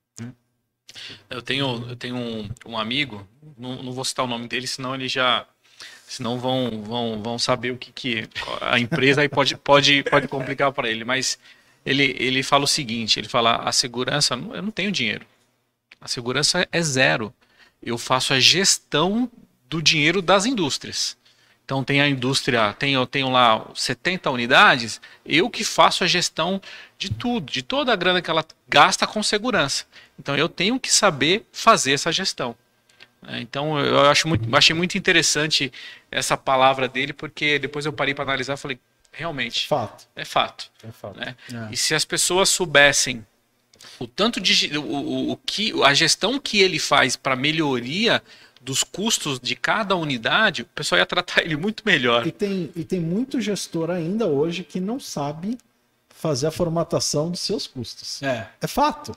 Eu tenho, eu tenho um, um amigo, não, não vou citar o nome dele, senão ele já... Senão vão, vão, vão saber o que, que a empresa aí pode, pode, pode complicar para ele. Mas ele, ele fala o seguinte, ele fala, a segurança, eu não tenho dinheiro. A segurança é zero. Eu faço a gestão do dinheiro das indústrias. Então tem a indústria, tem, eu tenho lá setenta unidades, eu que faço a gestão de tudo, de toda a grana que ela gasta com segurança. Então eu tenho que saber fazer essa gestão. Então eu acho muito, achei muito interessante essa palavra dele, porque depois eu parei para analisar e falei, realmente, Fato. é fato. É fato. Né? É. E se as pessoas soubessem o tanto de o, o, o que a gestão que ele faz para melhoria dos custos de cada unidade, o pessoal ia tratar ele muito melhor. E tem, e tem muito gestor ainda hoje que não sabe fazer a formatação dos seus custos. É. É fato.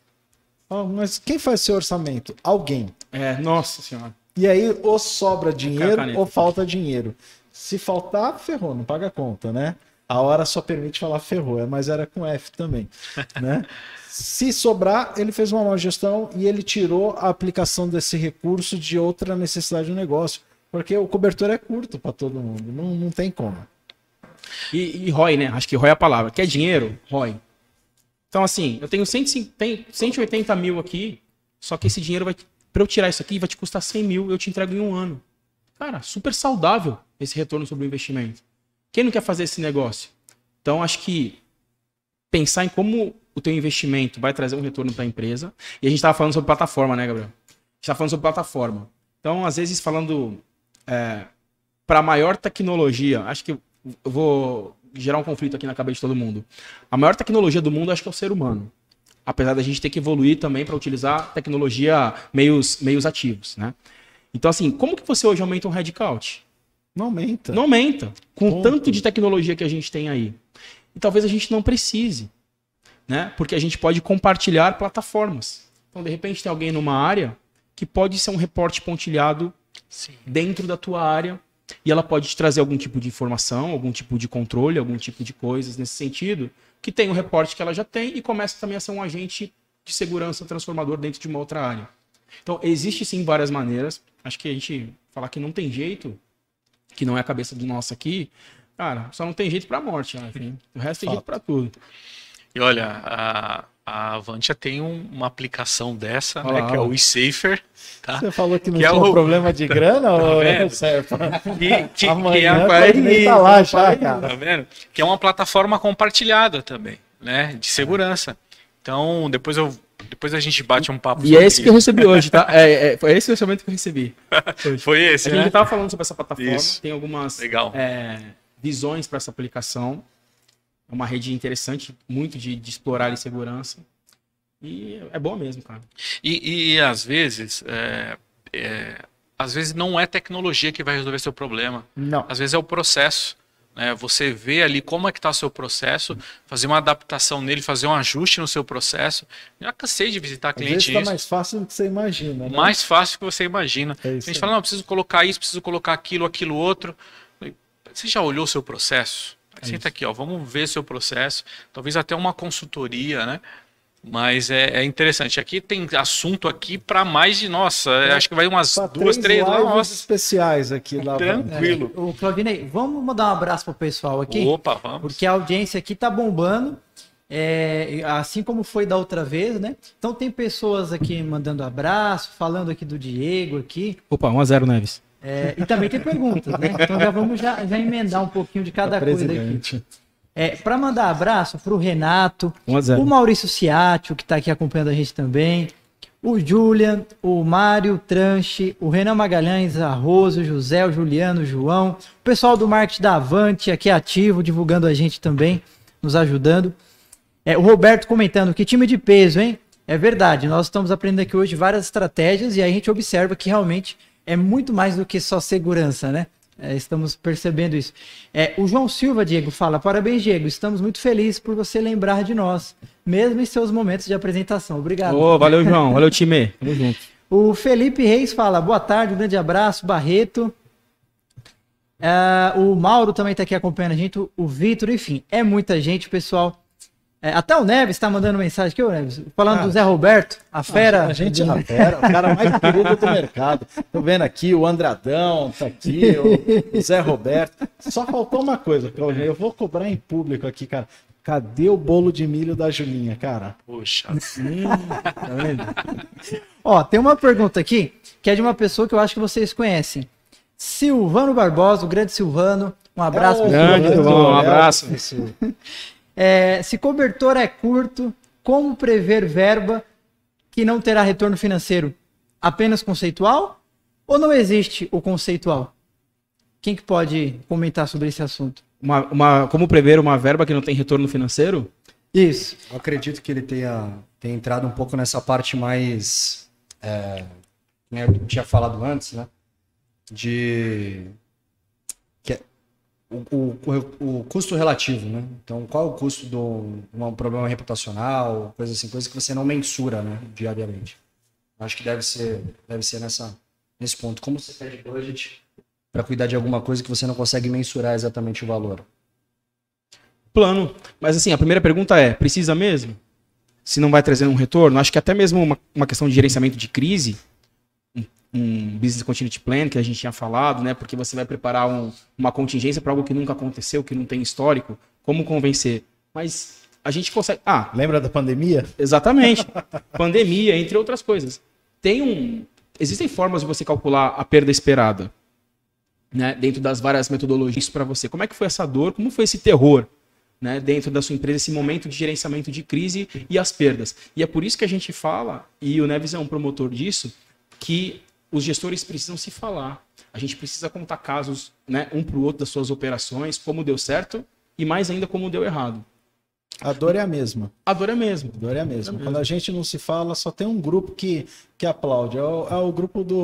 Ah, mas quem faz seu orçamento? Alguém. É, nossa senhora. E aí, ou sobra dinheiro caneta. ou falta dinheiro. Se faltar, ferrou, não paga a conta, né? A hora só permite falar ferrou, mas era com F também, né? Se sobrar, ele fez uma má gestão e ele tirou a aplicação desse recurso de outra necessidade do negócio. Porque o cobertor é curto para todo mundo, não, não tem como. E, e R O I, né? Acho que R O I é a palavra. Quer dinheiro? R O I. Então, assim, eu tenho cento e cinquenta, tem cento e oitenta mil aqui, só que esse dinheiro vai... Para eu tirar isso aqui, vai te custar cem mil, eu te entrego em um ano. Cara, super saudável esse retorno sobre o investimento. Quem não quer fazer esse negócio? Então, acho que pensar em como o teu investimento vai trazer um retorno para a empresa. E a gente estava falando sobre plataforma, né, Gabriel? A gente estava falando sobre plataforma. Então, às vezes, falando é, para maior tecnologia, acho que eu vou gerar um conflito aqui na cabeça de todo mundo. A maior tecnologia do mundo, acho que é o ser humano. Apesar da gente ter que evoluir também para utilizar tecnologia meios, meios ativos, né? Então, assim, como que você hoje aumenta um headcount? Não aumenta. Não aumenta. Com o Ponto. tanto de tecnologia que a gente tem aí. E talvez a gente não precise, né? Porque a gente pode compartilhar plataformas. Então, de repente, tem alguém numa área que pode ser um reporte pontilhado Sim. dentro da tua área e ela pode te trazer algum tipo de informação, algum tipo de controle, algum tipo de coisas nesse sentido, que tem o reporte que ela já tem e começa também a ser um agente de segurança transformador dentro de uma outra área. Então, existe sim várias maneiras. Acho que a gente falar que não tem jeito, que não é a cabeça do nosso aqui, cara, só não tem jeito pra morte, né? Enfim, o resto tem jeito pra tudo. E olha, a, a Avantia tem um- uma aplicação dessa, Olha né, lá, que é o olha. eSafer, tá? Você falou que não Que é tinha o- problema de grana, ou vendo? certo? Que, que, Amanhã que é, pode nem tá lá já, cara. tá vendo? Que é uma plataforma compartilhada também, né, de segurança. Então, depois eu depois a gente bate um papo E sobre é esse que eu recebi hoje, tá? É, é, foi esse o orçamento que eu recebi. Hoje. Foi esse, A gente né? já tava falando sobre essa plataforma, Isso. tem algumas Legal. é, visões para essa aplicação. É uma rede interessante, muito de, de explorar em segurança. E é boa mesmo, cara. E, e, e, às vezes, é, é, às vezes não é tecnologia que vai resolver seu problema. Não. Às vezes é o processo. Né? Você vê ali como é que está o seu processo, fazer uma adaptação nele, fazer um ajuste no seu processo. Já cansei de visitar Às cliente vezes tá isso. mais fácil do que você imagina, né? Mais fácil que você imagina. É A isso gente aí. fala, não, preciso colocar isso, preciso colocar aquilo, aquilo outro. Você já olhou o seu processo? É Senta aqui, ó, vamos ver seu processo. Talvez até uma consultoria, né? Mas é, é interessante. Aqui tem assunto aqui para mais de, nossa, É, acho que vai umas Pra duas, três, lives nossa. especiais aqui lá. Tranquilo. O Claudinei, vamos mandar um abraço pro pessoal aqui? Opa, vamos. Porque a audiência aqui tá bombando, é, assim como foi da outra vez, né? Então tem pessoas aqui mandando abraço, falando aqui do Diego aqui, Opa, um a zero, Neves. é, e também tem perguntas, né? Então já vamos já, já emendar um pouquinho de cada coisa aqui. Presidente. É, para mandar abraço pro Renato, um a zero. o Maurício Ciatio, que tá aqui acompanhando a gente também, o Julian, o Mário Tranche, o Renan Magalhães, a Rosa, o José, o Juliano, o João, o pessoal do marketing da Avante aqui ativo, divulgando a gente também, nos ajudando. É, o Roberto comentando, que time de peso, hein? É verdade, nós estamos aprendendo aqui hoje várias estratégias e aí a gente observa que realmente é muito mais do que só segurança, né? É, estamos percebendo isso. É, o João Silva, Diego, fala, parabéns, Diego, estamos muito felizes por você lembrar de nós, mesmo em seus momentos de apresentação. Obrigado. Ô, valeu, João. Valeu, time. Tamo junto. O Felipe Reis fala, boa tarde, um grande abraço, Barreto. É, o Mauro também está aqui acompanhando a gente, o, o Vitor, enfim, é muita gente, pessoal. É, até o Neves está mandando mensagem aqui, ô Neves, falando Ah, do Zé Roberto, a fera. A gente é a fera, o cara mais querido do mercado. Tô vendo aqui o Andradão, tá aqui, o, o Zé Roberto. Só faltou uma coisa, Claudinei, eu vou cobrar em público aqui, cara. Cadê o bolo de milho da Julinha, cara? Poxa. Tá vendo? Ó, tem uma pergunta aqui, que é de uma pessoa que eu acho que vocês conhecem. Silvano Barbosa, o grande Silvano, um abraço. É o pro grande Silvano. Silvano, um é o- abraço. É, se cobertor é curto, como prever verba que não terá retorno financeiro? Apenas conceitual? Ou não existe o conceitual? Quem que pode comentar sobre esse assunto? Uma, uma, como prever uma verba que não tem retorno financeiro? Isso. Eu acredito que ele tenha, tenha entrado um pouco nessa parte mais. É, né, eu tinha falado antes, né? De. Que é o, o, o, o custo relativo, né? Então, qual é o custo de um problema reputacional, coisa assim, coisa que você não mensura, né? Diariamente. Acho que deve ser, deve ser nessa, nesse ponto. Como você pede budget para cuidar de alguma coisa que você não consegue mensurar exatamente o valor? Plano. Mas assim, a primeira pergunta é, precisa mesmo? Se não vai trazer um retorno? Acho que até mesmo uma, uma questão de gerenciamento de crise, um, um business continuity plan que a gente tinha falado, né? Porque você vai preparar um, uma contingência para algo que nunca aconteceu, que não tem histórico. Como convencer? Mas a gente consegue... Ah, Lembra da pandemia? exatamente. Pandemia, entre outras coisas. Tem um... Existem formas de você calcular a perda esperada, né? Dentro das várias metodologias para você. Como é que foi essa dor? Como foi esse terror? Né, dentro da sua empresa, esse momento de gerenciamento de crise e as perdas. E é por isso que a gente fala, e o Neves é um promotor disso, que os gestores precisam se falar. A gente precisa contar casos, né, um para o outro das suas operações, como deu certo e mais ainda como deu errado. A dor é a mesma. A dor é mesmo. A dor é a mesma. É mesmo. Quando a gente não se fala, só tem um grupo que, que aplaude. É o, é o grupo do,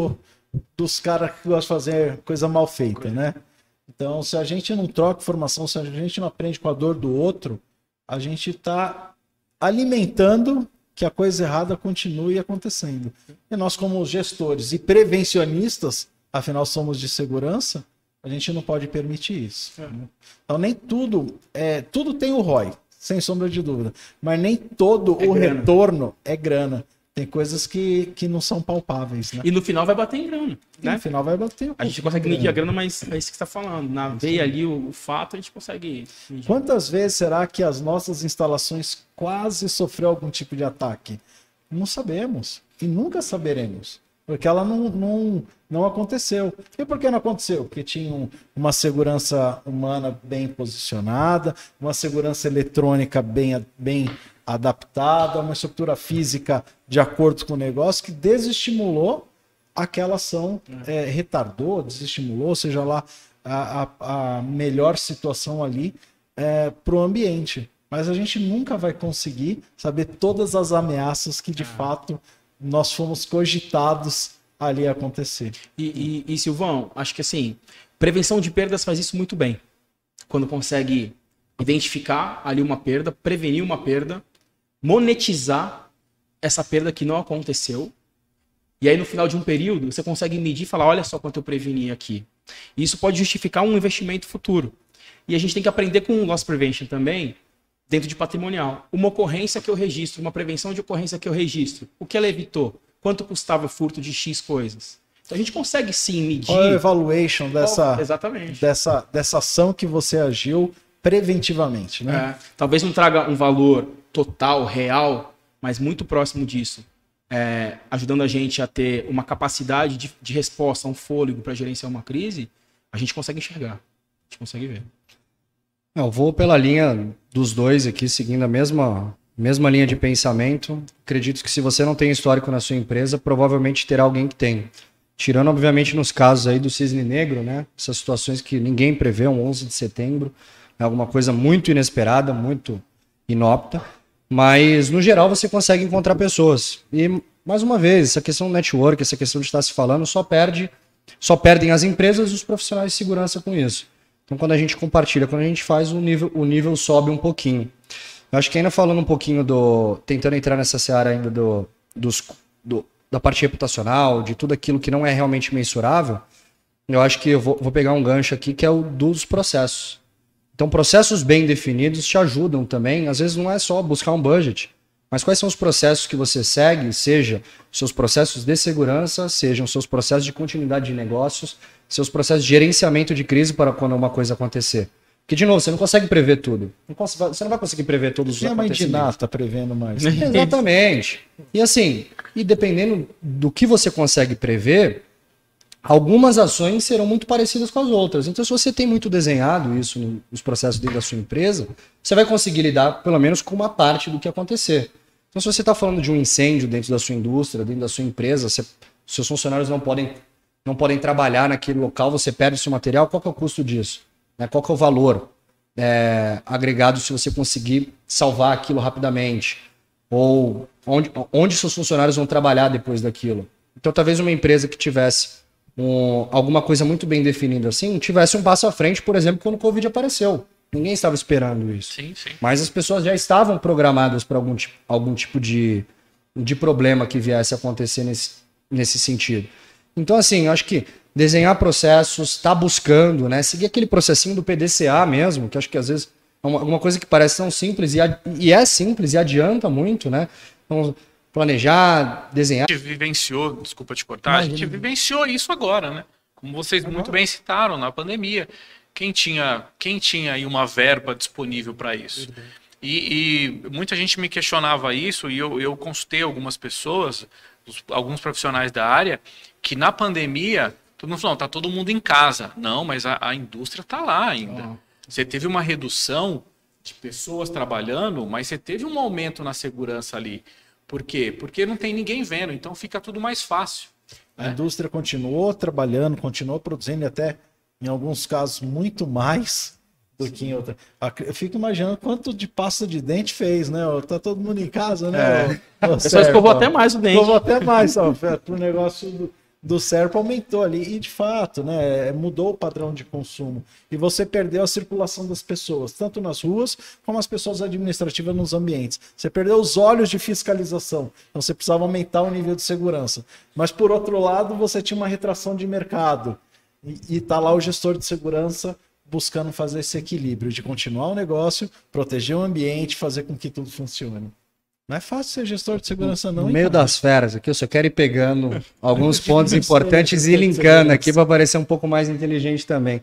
dos caras que gostam de fazer coisa mal feita, né? Então, se a gente não troca informação, se a gente não aprende com a dor do outro, a gente está alimentando que a coisa errada continue acontecendo. E nós, como gestores e prevencionistas, afinal somos de segurança, a gente não pode permitir isso. É. Né? Então, nem tudo, é, tudo tem o R O I, sem sombra de dúvida, mas nem todo é o grana. Retorno é grana. Tem coisas que, que não são palpáveis, né? E no final vai bater em grana, né? No final vai bater. Um a gente consegue medir a grana, mas é isso que você está falando. Na veia ali, o, o fato, a gente consegue medir. Quantas vezes será que as nossas instalações quase sofreu algum tipo de ataque? Não sabemos. E nunca saberemos. Porque ela não, não, não aconteceu. E por que não aconteceu? Porque tinha um, uma segurança humana bem posicionada, uma segurança eletrônica bem, bem adaptada, uma estrutura física de acordo com o negócio que desestimulou aquela ação, é, retardou, desestimulou, seja lá a, a, a melhor situação ali é, para o ambiente. Mas a gente nunca vai conseguir saber todas as ameaças que de fato nós fomos cogitados ali a acontecer. E, e, e Silvão, acho que assim, prevenção de perdas faz isso muito bem. Quando consegue identificar ali uma perda, prevenir uma perda, monetizar essa perda que não aconteceu. E aí no final de um período, você consegue medir e falar, olha só quanto eu preveni aqui. E isso pode justificar um investimento futuro. E a gente tem que aprender com o loss prevention também, dentro de patrimonial. Uma ocorrência que eu registro, uma prevenção de ocorrência que eu registro, o que ela evitou? Quanto custava o furto de X coisas? Então a gente consegue sim medir... Qual é a evaluation dessa, oh, exatamente. Dessa, dessa ação que você agiu preventivamente, né? É, talvez não traga um valor total, real, mas muito próximo disso. É, ajudando a gente a ter uma capacidade de, de resposta, um fôlego para gerenciar uma crise, a gente consegue enxergar, a gente consegue ver. Eu vou pela linha dos dois aqui, seguindo a mesma, mesma linha de pensamento. Acredito que se você não tem histórico na sua empresa, provavelmente terá alguém que tem. Tirando, obviamente, nos casos aí do cisne negro, né? Essas situações que ninguém prevê, um onze de setembro, é alguma coisa muito inesperada, muito inópita. Mas, no geral, você consegue encontrar pessoas. E, mais uma vez, essa questão do network, essa questão de estar se falando, só perde, só perdem as empresas e os profissionais de segurança com isso. Então, quando a gente compartilha, quando a gente faz, o nível, o nível sobe um pouquinho. Eu acho que ainda falando um pouquinho do... Tentando entrar nessa seara ainda do, dos, do, da parte reputacional, de tudo aquilo que não é realmente mensurável, eu acho que eu vou, vou pegar um gancho aqui, que é o dos processos. Então, processos bem definidos te ajudam também. Às vezes não é só buscar um budget, mas quais são os processos que você segue, seja seus processos de segurança, sejam seus processos de continuidade de negócios, seus processos de gerenciamento de crise para quando uma coisa acontecer. Porque, de novo, você não consegue prever tudo. Você não vai conseguir prever todos os acontecimentos. Minha mãe de está prevendo mais. Exatamente. E assim, e dependendo do que você consegue prever, algumas ações serão muito parecidas com as outras. Então, se você tem muito desenhado isso nos processos dentro da sua empresa, você vai conseguir lidar, pelo menos, com uma parte do que acontecer. Então, se você está falando de um incêndio dentro da sua indústria, dentro da sua empresa, você, seus funcionários não podem, não podem trabalhar naquele local, você perde seu material, qual que é o custo disso? Né? Qual que é o valor é, agregado se você conseguir salvar aquilo rapidamente? Ou onde, onde seus funcionários vão trabalhar depois daquilo? Então, talvez uma empresa que tivesse Um, alguma coisa muito bem definida assim, tivesse um passo à frente, por exemplo, quando o Covid apareceu. Ninguém estava esperando isso. Sim, sim. Mas as pessoas já estavam programadas para algum tipo, algum tipo de, de problema que viesse a acontecer nesse, nesse sentido. Então, assim, eu acho que desenhar processos, estar tá buscando, né, seguir aquele processinho do P D C A mesmo, que acho que às vezes é uma, uma coisa que parece tão simples e, e é simples e adianta muito, né? Então, planejar, desenhar. A gente vivenciou, desculpa te cortar, Imagina. a gente vivenciou isso agora, né? Como vocês agora. muito bem citaram, na pandemia. Quem tinha, quem tinha aí uma verba disponível para isso? E, e muita gente me questionava isso, e eu, eu consultei algumas pessoas, os, alguns profissionais da área, que na pandemia, todo mundo falou, tá todo mundo em casa. Não, mas a, a indústria tá lá ainda. Oh. Você teve uma redução de pessoas trabalhando, mas você teve um aumento na segurança ali. Por quê? Porque não tem ninguém vendo, então fica tudo mais fácil. A né? indústria continuou trabalhando, continuou produzindo, e até, em alguns casos, muito mais do que em outra. Eu fico imaginando quanto de pasta de dente fez, né? Tá todo mundo em casa, né? É. O, o Só escovou até mais o dente. Escovou até mais, ó, pro negócio do, do Serpa aumentou ali. E de fato, né, mudou o padrão de consumo. E você perdeu a circulação das pessoas, tanto nas ruas como as pessoas administrativas nos ambientes. Você perdeu os olhos de fiscalização. Então você precisava aumentar o nível de segurança. Mas por outro lado, você tinha uma retração de mercado. E está lá o gestor de segurança buscando fazer esse equilíbrio de continuar o negócio, proteger o ambiente, fazer com que tudo funcione. Não é fácil ser gestor de segurança, não. No meio das feras aqui, eu só quero ir pegando alguns pontos importantes e linkando aqui para parecer um pouco mais inteligente também.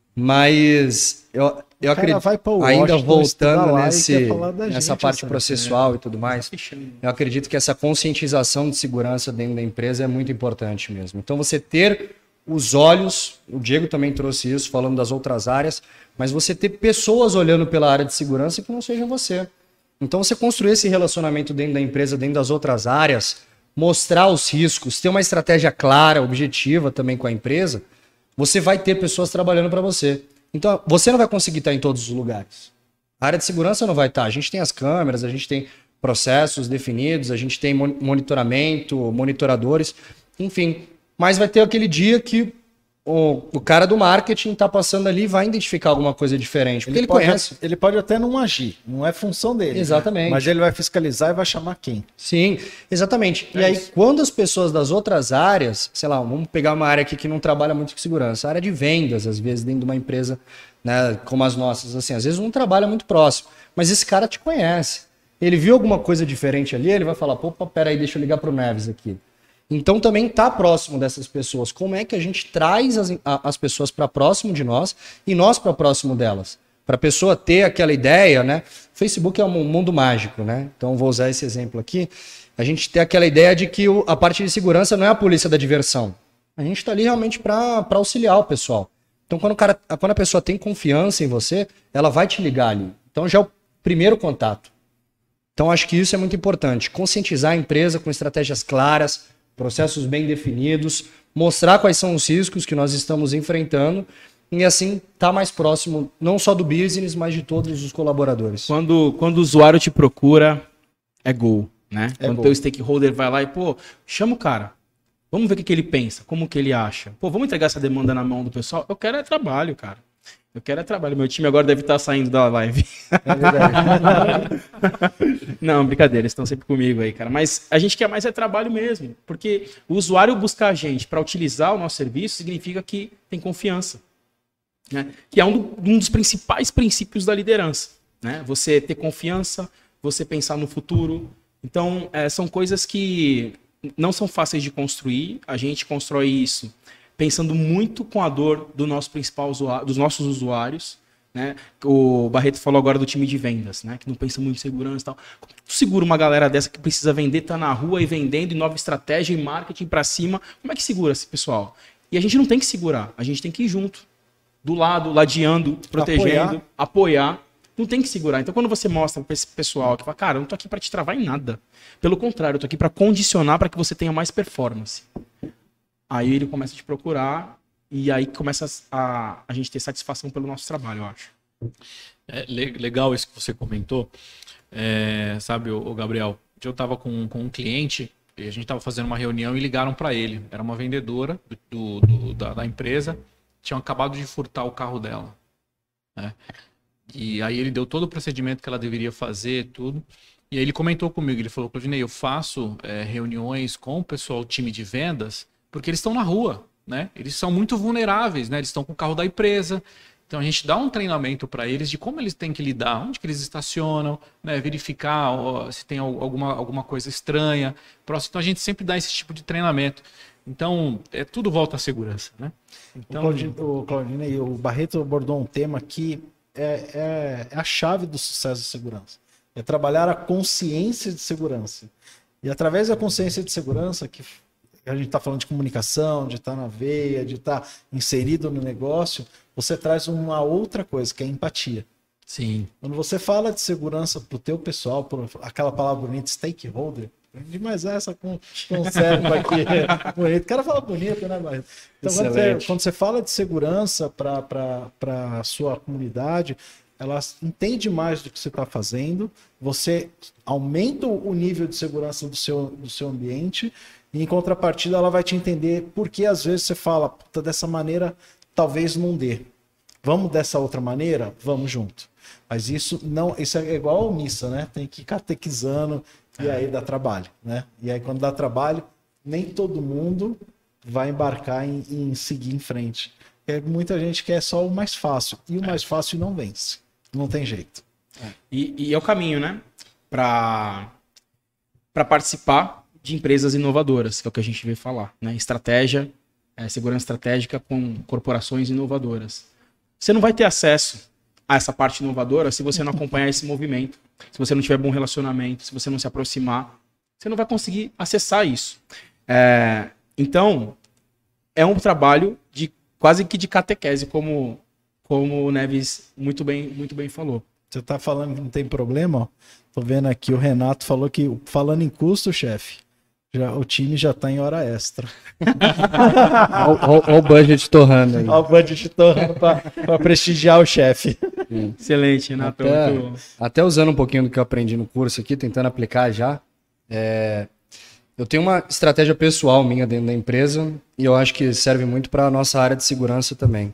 Mas eu, eu acredito, ainda voltando nesse, nessa parte processual e tudo mais, eu acredito que essa conscientização de segurança dentro da empresa é muito importante mesmo. Então você ter os olhos, o Diego também trouxe isso, falando das outras áreas, mas você ter pessoas olhando pela área de segurança que não seja você. Então você construir esse relacionamento dentro da empresa, dentro das outras áreas, mostrar os riscos, ter uma estratégia clara, objetiva também com a empresa, você vai ter pessoas trabalhando para você. Então você não vai conseguir estar em todos os lugares. A área de segurança não vai estar. A gente tem as câmeras, a gente tem processos definidos, a gente tem monitoramento, monitoradores, enfim. Mas vai ter aquele dia que o, o cara do marketing está passando ali e vai identificar alguma coisa diferente, porque ele, ele pode, conhece. Ele pode até não agir, não é função dele. Exatamente. Né? Mas ele vai fiscalizar e vai chamar quem? Sim, exatamente. É e aí, isso. Quando as pessoas das outras áreas, sei lá, vamos pegar uma área aqui que não trabalha muito com segurança, a área de vendas, às vezes, dentro de uma empresa, né, como as nossas, assim, às vezes não trabalha muito próximo, mas esse cara te conhece. Ele viu alguma coisa diferente ali, ele vai falar, pô, peraí, deixa eu ligar pro Neves aqui. Então também está próximo dessas pessoas. Como é que a gente traz as, as pessoas para próximo de nós e nós para próximo delas? Para a pessoa ter aquela ideia, né? O Facebook é um mundo mágico, né? Então vou usar esse exemplo aqui. A gente tem aquela ideia de que o, a parte de segurança não é a polícia da diversão. A gente está ali realmente para auxiliar o pessoal. Então quando, o cara, quando a pessoa tem confiança em você, ela vai te ligar ali. Então já é o primeiro contato. Então acho que isso é muito importante. Conscientizar a empresa com estratégias claras, processos bem definidos, mostrar quais são os riscos que nós estamos enfrentando e assim estar tá mais próximo não só do business, mas de todos os colaboradores. Quando, quando o usuário te procura, é gol, né? É quando o teu stakeholder vai lá e, pô, chama o cara, vamos ver o que, que ele pensa, como que ele acha. Pô, vamos entregar essa demanda na mão do pessoal? Eu quero é trabalho, cara. Eu quero é trabalho. Meu time agora deve estar saindo da live. É verdade. Não, brincadeira, eles estão sempre comigo aí, cara. Mas a gente quer mais é trabalho mesmo. Porque o usuário buscar a gente para utilizar o nosso serviço significa que tem confiança. Né? Que é um, do, um dos principais princípios da liderança. Né? Você ter confiança, você pensar no futuro. Então, é, são coisas que não são fáceis de construir. A gente constrói isso pensando muito com a dor do nosso principal usuário, dos nossos usuários, né? O Barreto falou agora do time de vendas, né? Que não pensa muito em segurança e tal. Como tu segura uma galera dessa que precisa vender, tá na rua e vendendo, e nova estratégia e marketing para cima? Como é que segura esse pessoal? E a gente não tem que segurar, a gente tem que ir junto, do lado, ladeando, protegendo, apoiar. apoiar. Não tem que segurar. Então, quando você mostra para esse pessoal que fala, cara, eu não tô aqui para te travar em nada. Pelo contrário, eu tô aqui para condicionar para que você tenha mais performance. Aí ele começa a te procurar e aí começa a, a gente ter satisfação pelo nosso trabalho, eu acho. É legal isso que você comentou. É, sabe, o Gabriel, eu estava com, com um cliente e a gente estava fazendo uma reunião e ligaram para ele. Era uma vendedora do, do, da, da empresa. Tinham acabado de furtar o carro dela. Né? E aí ele deu todo o procedimento que ela deveria fazer, tudo. E aí ele comentou comigo, ele falou, Claudinei, eu faço é, reuniões com o pessoal, time de vendas, porque eles estão na rua, né? Eles são muito vulneráveis, né? Eles estão com o carro da empresa. Então a gente dá um treinamento para eles de como eles têm que lidar, onde que eles estacionam, né? Verificar ó, se tem alguma, alguma coisa estranha. Próximo. Então a gente sempre dá esse tipo de treinamento. Então é tudo volta à segurança, né? Então, o Claudinho e o Barreto abordou um tema que é, é, é a chave do sucesso da segurança. É trabalhar a consciência de segurança. E através da consciência de segurança que a gente está falando de comunicação, de estar tá na veia, de estar tá inserido no negócio, você traz uma outra coisa, que é a empatia. Sim. Quando você fala de segurança para o teu pessoal, por aquela palavra bonita, stakeholder, demais essa com, com o cérebro aqui, bonito. O cara fala bonito, né, Barreto? Então, quando você, quando você fala de segurança para a sua comunidade, ela entende mais do que você está fazendo, você aumenta o nível de segurança do seu, do seu ambiente E em contrapartida, ela vai te entender por que às vezes você fala, puta, dessa maneira talvez não dê. Vamos dessa outra maneira? Vamos junto. Mas isso não, isso é igual missa, né? Tem que ir catequizando e aí dá trabalho, né? E aí quando dá trabalho, nem todo mundo vai embarcar em, em seguir em frente. É, muita gente quer só o mais fácil. E o mais fácil não vence. Não tem jeito. É. E, e é o caminho, né? Para para participar de empresas inovadoras, que é o que a gente veio falar, né? Estratégia, é, segurança estratégica com corporações inovadoras. Você não vai ter acesso a essa parte inovadora se você não acompanhar esse movimento, se você não tiver bom relacionamento, se você não se aproximar, você não vai conseguir acessar isso. É, então, é um trabalho de quase que de catequese, como, como o Neves muito bem, muito bem falou. Você tá falando que não tem problema? Ó. Tô vendo aqui, o Renato falou que, falando em custo, chefe, já, o time já tá em hora extra. Olha o budget torrando aí. Olha o budget torrando para prestigiar o chefe. Excelente, Renato. Até, muito... até usando um pouquinho do que eu aprendi no curso aqui, tentando aplicar já, é, eu tenho uma estratégia pessoal minha dentro da empresa e eu acho que serve muito para a nossa área de segurança também.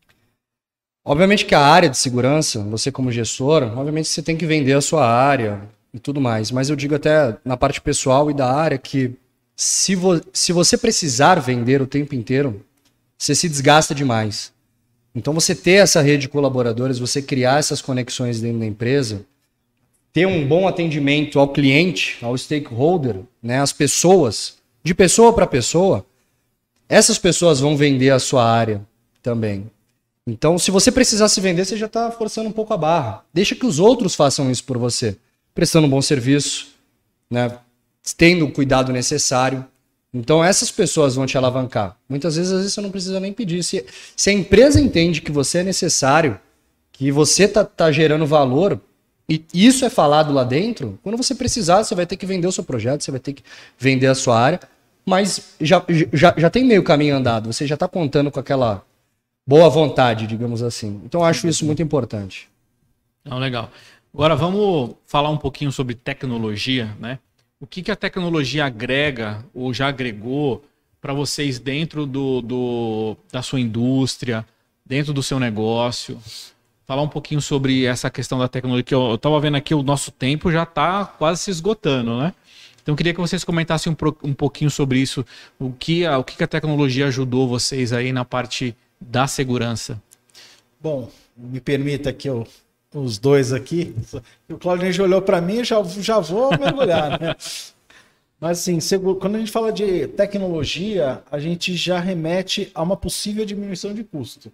Obviamente que a área de segurança, você como gestor, obviamente você tem que vender a sua área e tudo mais, mas eu digo até na parte pessoal e da área que se, vo se você precisar vender o tempo inteiro, você se desgasta demais. Então você ter essa rede de colaboradores, você criar essas conexões dentro da empresa, ter um bom atendimento ao cliente, ao stakeholder, né, às pessoas, de pessoa para pessoa, essas pessoas vão vender a sua área também. Então, se você precisar se vender, você já está forçando um pouco a barra. Deixa que os outros façam isso por você, prestando um bom serviço, né, tendo o cuidado necessário. Então, essas pessoas vão te alavancar. Muitas vezes, às vezes, você não precisa nem pedir. Se, se a empresa entende que você é necessário, que você está tá gerando valor, e isso é falado lá dentro, quando você precisar, você vai ter que vender o seu projeto, você vai ter que vender a sua área, mas já, já, já tem meio caminho andado, você já está contando com aquela boa vontade, digamos assim. Então, eu acho isso muito importante. Não, legal. Agora, vamos falar um pouquinho sobre tecnologia, né? O que, que a tecnologia agrega ou já agregou para vocês dentro do, do, da sua indústria, dentro do seu negócio? Falar um pouquinho sobre essa questão da tecnologia, que eu estava vendo aqui, o nosso tempo já está quase se esgotando, né? Então, eu queria que vocês comentassem um, um pouquinho sobre isso, o que, a, o que a tecnologia ajudou vocês aí na parte da segurança. Bom, me permita que eu... os dois aqui, o Claudinei já olhou para mim, já, já vou mergulhar, né? Mas assim, quando a gente fala de tecnologia, a gente já remete a uma possível diminuição de custo.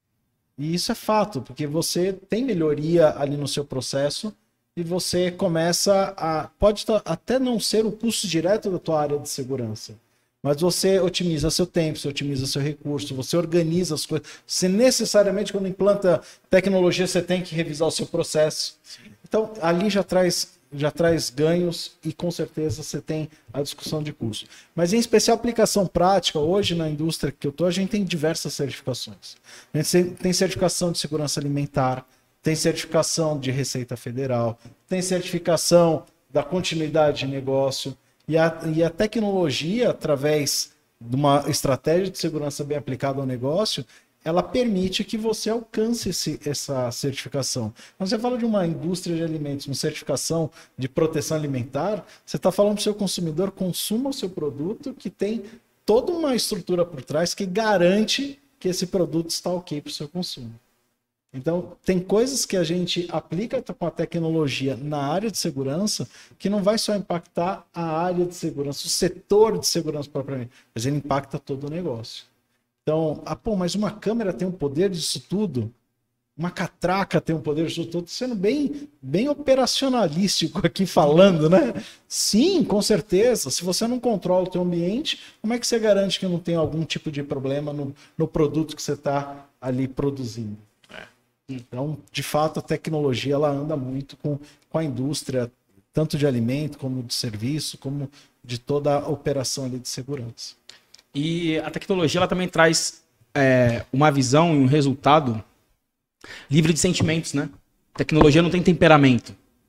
E isso é fato, porque você tem melhoria ali no seu processo e você começa a... pode até não ser o custo direto da tua área de segurança, mas você otimiza seu tempo, você otimiza seu recurso, você organiza as coisas. Você necessariamente, quando implanta tecnologia, você tem que revisar o seu processo. Sim. Então, ali já traz, já traz ganhos e, com certeza, você tem a discussão de custo. Mas, em especial, aplicação prática, hoje, na indústria que eu estou, a gente tem diversas certificações. A gente tem certificação de segurança alimentar, tem certificação de Receita Federal, tem certificação da continuidade de negócio. E a, e a tecnologia, através de uma estratégia de segurança bem aplicada ao negócio, ela permite que você alcance esse, essa certificação. Quando você fala de uma indústria de alimentos, uma certificação de proteção alimentar, você está falando para o seu consumidor, consuma o seu produto, que tem toda uma estrutura por trás que garante que esse produto está ok para o seu consumo. Então, tem coisas que a gente aplica com a tecnologia na área de segurança que não vai só impactar a área de segurança, o setor de segurança propriamente, mas ele impacta todo o negócio. Então, ah, pô, mas uma câmera tem um poder disso tudo? Uma catraca tem um poder disso tudo? Sendo bem, bem operacionalístico aqui falando, né? Sim, com certeza. Se você não controla o teu ambiente, como é que você garante que não tem algum tipo de problema no, no produto que você está ali produzindo? Então, de fato, a tecnologia ela anda muito com, com a indústria, tanto de alimento, como de serviço, como de toda a operação ali de segurança. E a tecnologia ela também traz é, uma visão e um resultado livre de sentimentos, né? A tecnologia não tem temperamento.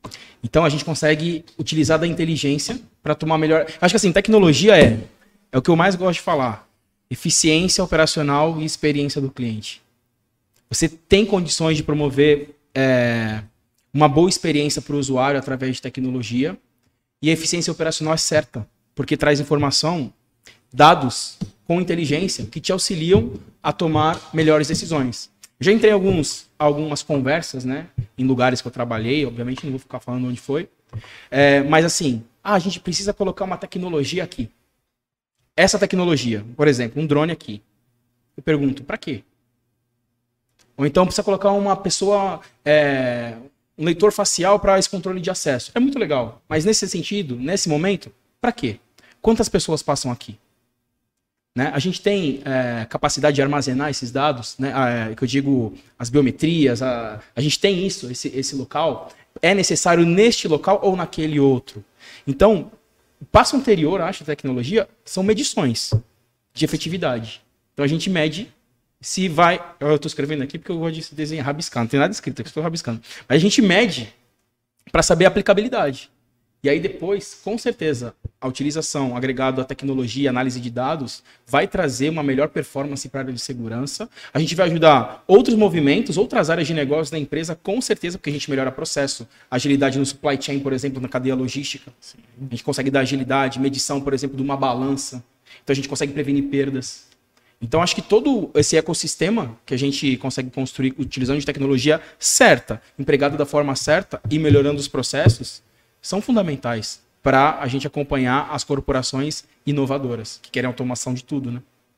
Então a gente consegue utilizar da inteligência para tomar melhor. Acho que assim, tecnologia é, é o que eu mais gosto de falar. Eficiência operacional e experiência do cliente. Você tem condições de promover é, uma boa experiência para o usuário através de tecnologia, e a eficiência operacional é certa, porque traz informação, dados com inteligência que te auxiliam a tomar melhores decisões. Já entrei em alguns, algumas conversas, né, em lugares que eu trabalhei, obviamente não vou ficar falando onde foi, é, mas assim, ah, a gente precisa colocar uma tecnologia aqui. Essa tecnologia, por exemplo, um drone aqui. Eu pergunto, para quê? Ou então precisa colocar uma pessoa, é, um leitor facial para esse controle de acesso. É muito legal, mas nesse sentido, nesse momento, para quê? Quantas pessoas passam aqui? Né? A gente tem é, capacidade de armazenar esses dados, né? É, que eu digo, as biometrias, a, a gente tem isso, esse, esse local. É necessário neste local ou naquele outro? Então, o passo anterior, acho, à tecnologia, são medições de efetividade. Então a gente mede se vai... Eu estou escrevendo aqui porque eu gosto de desenhar rabiscando. Não tem nada escrito aqui, estou rabiscando. Mas a gente mede para saber a aplicabilidade. E aí depois, com certeza, a utilização agregada à tecnologia, análise de dados, vai trazer uma melhor performance para a área de segurança. A gente vai ajudar outros movimentos, outras áreas de negócio da empresa, com certeza, porque a gente melhora processo. Agilidade no supply chain, por exemplo, na cadeia logística. Sim. A gente consegue dar agilidade, medição, por exemplo, de uma balança. Então a gente consegue prevenir perdas. Então acho que todo esse ecossistema que a gente consegue construir utilizando de tecnologia certa, empregada da forma certa e melhorando os processos, são fundamentais para a gente acompanhar as corporações inovadoras, que querem automação de tudo, né?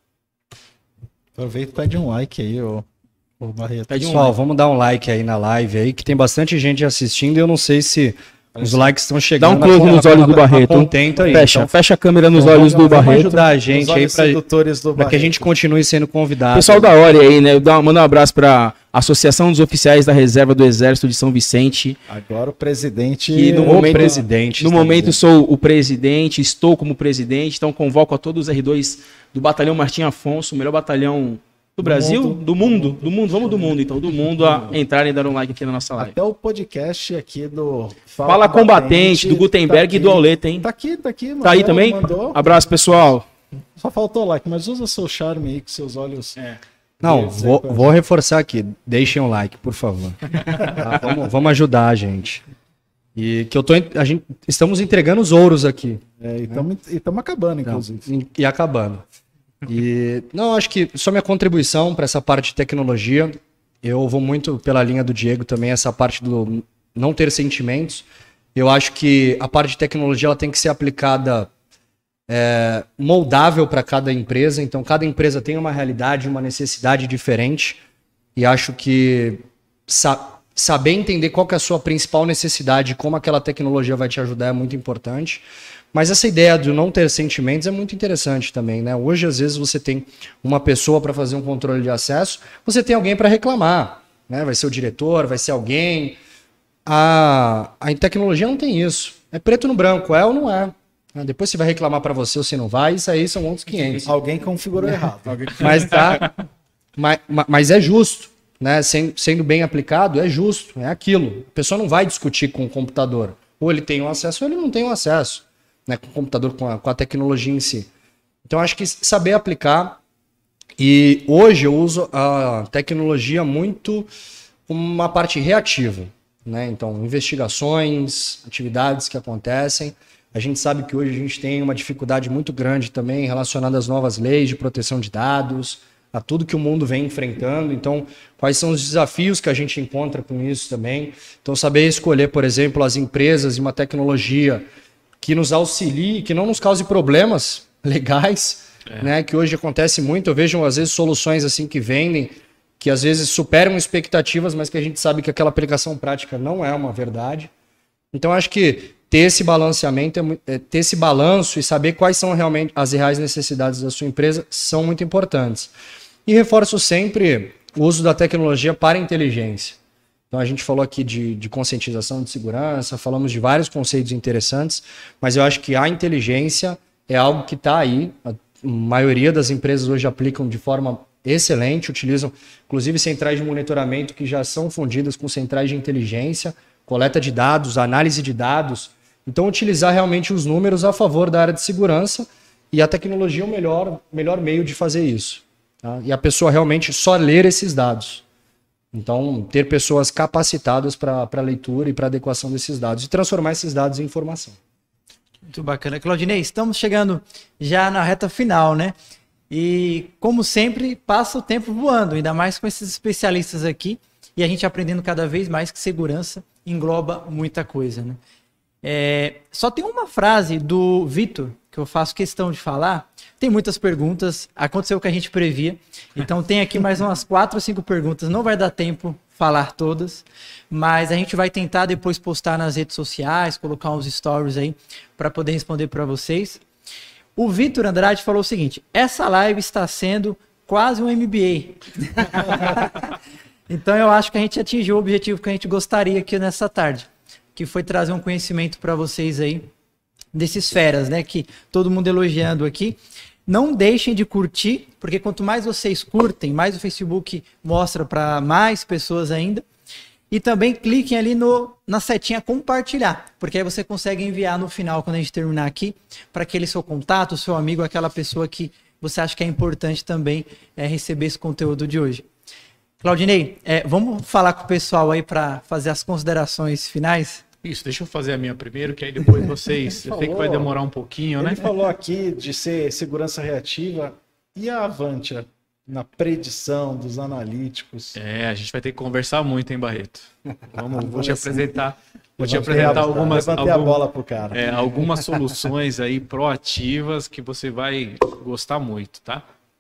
Aproveita e pede um like aí, ô, ô Barreto. Pede um Pessoal, like. Vamos dar um like aí na live aí, que tem bastante gente assistindo e eu não sei se os likes estão chegando. Dá um close nos olhos do Barreto. Contento aí. Fecha, então, fecha a câmera nos olhos do Barreto. Vamos ajudar a gente aí para que a gente continue sendo convidado. Pessoal da hora aí, né? Manda um abraço para a Associação dos Oficiais da Reserva do Exército de São Vicente. Agora o presidente... E no o momento, presidente. No momento sou o presidente, estou como presidente, então convoco a todos os R dois do Batalhão Martim Afonso, o melhor batalhão do Brasil, do mundo, do mundo, do mundo, vamos do mundo então, do mundo a entrarem e dar um like aqui na nossa live. Até o podcast aqui do Fala, Fala Combatente, do Gutenberg tá e do Auleta, hein? Tá aqui, tá aqui. Mandou, tá aí também? Mandou. Abraço, pessoal. Só faltou like, mas usa seu charme aí com seus olhos... É. Não, vou, vou reforçar aqui. Deixem um like, por favor. Tá, vamos, vamos ajudar a gente. E que eu tô, a gente, estamos entregando os ouros aqui. É, e estamos acabando, inclusive. Não, e, e acabando. E não, acho que só minha contribuição para essa parte de tecnologia. Eu vou muito pela linha do Diego também, essa parte do não ter sentimentos. Eu acho que a parte de tecnologia ela tem que ser aplicada é, moldável para cada empresa. Então, cada empresa tem uma realidade, uma necessidade diferente. E acho que sa- saber entender qual que é a sua principal necessidade e como aquela tecnologia vai te ajudar é muito importante. Mas essa ideia de não ter sentimentos é muito interessante também, né? Hoje, às vezes, você tem uma pessoa para fazer um controle de acesso, você tem alguém para reclamar, né? Vai ser o diretor, vai ser alguém. A, a tecnologia não tem isso. É preto no branco, é ou não é. Depois você vai reclamar para você ou se não vai, isso aí são outros quinhentos. Alguém configurou errado. Mas, tá, mas, mas é justo, né? Sendo, sendo bem aplicado, é justo, é aquilo. A pessoa não vai discutir com o computador. Ou ele tem um acesso ou ele não tem um acesso. Né, com o computador, com a, com a tecnologia em si. Então, acho que saber aplicar. E hoje eu uso a tecnologia muito como uma parte reativa. Né? Então, investigações, atividades que acontecem. A gente sabe que hoje a gente tem uma dificuldade muito grande também relacionada às novas leis de proteção de dados, a tudo que o mundo vem enfrentando. Então, quais são os desafios que a gente encontra com isso também. Então, saber escolher, por exemplo, as empresas e uma tecnologia que nos auxilie, que não nos cause problemas legais, é. Né? Que hoje acontece muito. Eu vejo, às vezes, soluções assim que vendem, que às vezes superam expectativas, mas que a gente sabe que aquela aplicação prática não é uma verdade. Então, acho que ter esse balanceamento, é, ter esse balanço e saber quais são realmente as reais necessidades da sua empresa são muito importantes. E reforço sempre o uso da tecnologia para a inteligência. Então, a gente falou aqui de, de conscientização de segurança, falamos de vários conceitos interessantes, mas eu acho que a inteligência é algo que está aí. A maioria das empresas hoje aplicam de forma excelente, utilizam inclusive centrais de monitoramento que já são fundidas com centrais de inteligência coleta de dados, análise de dados. Então, utilizar realmente os números a favor da área de segurança, e a tecnologia é o melhor, melhor meio de fazer isso. Tá? E a pessoa realmente só ler esses dados. Então, ter pessoas capacitadas para a leitura e para adequação desses dados e transformar esses dados em informação. Muito bacana. Claudinei, estamos chegando já na reta final, né? E, como sempre, passa o tempo voando, ainda mais com esses especialistas aqui, e a gente aprendendo cada vez mais que segurança engloba muita coisa, né? É, só tem uma frase do Vitor que eu faço questão de falar. Tem muitas perguntas, aconteceu o que a gente previa, então tem aqui mais umas quatro ou cinco perguntas, não vai dar tempo falar todas, mas a gente vai tentar depois postar nas redes sociais, colocar uns stories aí para poder responder para vocês. O Vitor Andrade falou o seguinte: essa live está sendo quase um M B A. Então eu acho que a gente atingiu o objetivo que a gente gostaria aqui nessa tarde, que foi trazer um conhecimento para vocês aí desses feras, né? Que todo mundo elogiando aqui. Não deixem de curtir, porque quanto mais vocês curtem, mais o Facebook mostra para mais pessoas ainda. E também cliquem ali no, na setinha compartilhar, porque aí você consegue enviar no final, quando a gente terminar aqui, para aquele seu contato, seu amigo, aquela pessoa que você acha que é importante também é, receber esse conteúdo de hoje. Claudinei, é, vamos falar com o pessoal aí para fazer as considerações finais? Isso, deixa eu fazer a minha primeiro, que aí depois vocês... Eu sei que vai demorar um pouquinho, Ele né? Ele falou aqui de ser segurança reativa. E a Avantia na predição dos analíticos? É, a gente vai ter que conversar muito, hein, Barreto? Vamos, vou te apresentar, vou te Levantei apresentar a, algumas, levantei algum, a bola pro cara. é, algumas soluções aí proativas que você vai gostar muito, tá?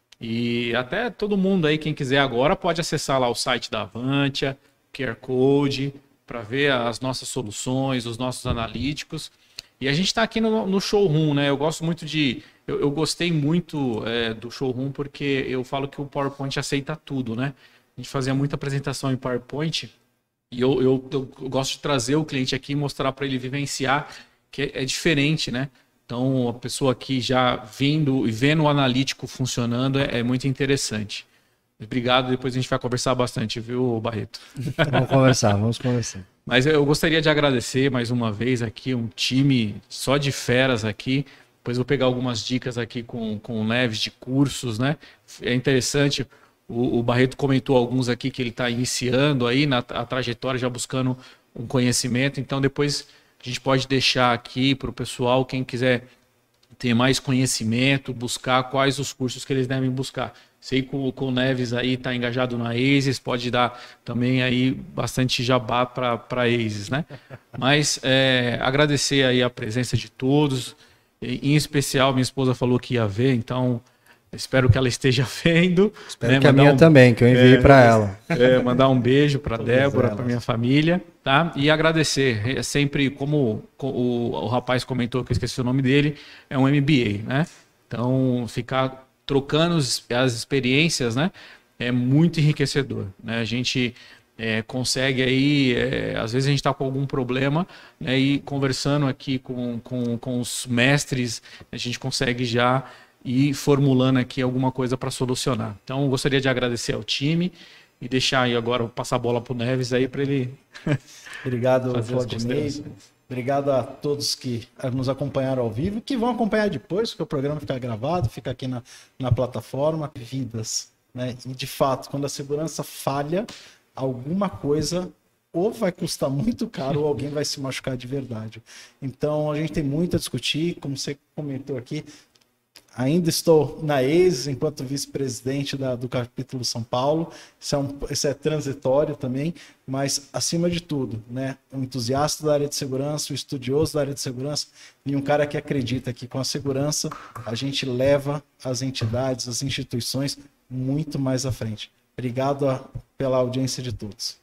E até todo mundo aí, quem quiser agora, pode acessar lá o site da Avantia, Q R Code, para ver as nossas soluções, os nossos analíticos. E a gente está aqui no, no showroom, né? Eu gosto muito de... Eu, eu gostei muito é, do showroom porque eu falo que o PowerPoint aceita tudo, né? A gente fazia muita apresentação em PowerPoint e eu, eu, eu gosto de trazer o cliente aqui e mostrar para ele vivenciar que é, é diferente, né? Então, a pessoa aqui já vindo e vendo o analítico funcionando é, é muito interessante. Obrigado, depois a gente vai conversar bastante, viu, Barreto? Vamos conversar, vamos conversar. Mas eu gostaria de agradecer mais uma vez aqui, um time só de feras aqui. Depois vou pegar algumas dicas aqui com, com o Neves de cursos, né? É interessante, o, o Barreto comentou alguns aqui que ele está iniciando aí na a trajetória, já buscando um conhecimento. Então depois a gente pode deixar aqui para o pessoal, quem quiser ter mais conhecimento, buscar quais os cursos que eles devem buscar. Sei que o, o Neves aí está engajado na ASIS, pode dar também aí bastante jabá para a ASIS, né? Mas é, agradecer aí a presença de todos, em especial minha esposa falou que ia ver, então espero que ela esteja vendo. Espero né? que a minha um, também, que eu enviei é, para ela. É, mandar um beijo para a Débora, para minha família, tá? E agradecer, é sempre como o, o rapaz comentou, que eu esqueci o nome dele, é um M B A, né? Então ficar trocando as experiências, né, é muito enriquecedor, né? A gente é, consegue aí, é, às vezes a gente está com algum problema, né, e conversando aqui com, com, com os mestres, a gente consegue já ir formulando aqui alguma coisa para solucionar. Então, eu gostaria de agradecer ao time e deixar aí agora, passar a bola para o Neves aí para ele... Obrigado, Claudinei. Obrigado a todos que nos acompanharam ao vivo, que vão acompanhar depois, porque o programa fica gravado, fica aqui na, na plataforma. Vidas, né? E de fato, quando a segurança falha, alguma coisa ou vai custar muito caro ou alguém vai se machucar de verdade. Então a gente tem muito a discutir, como você comentou aqui. Ainda estou na ASIS enquanto vice-presidente do capítulo São Paulo. Isso é, um, isso é transitório também, mas acima de tudo, né, um entusiasta da área de segurança, um estudioso da área de segurança e um cara que acredita que com a segurança a gente leva as entidades, as instituições muito mais à frente. Obrigado a, pela audiência de todos.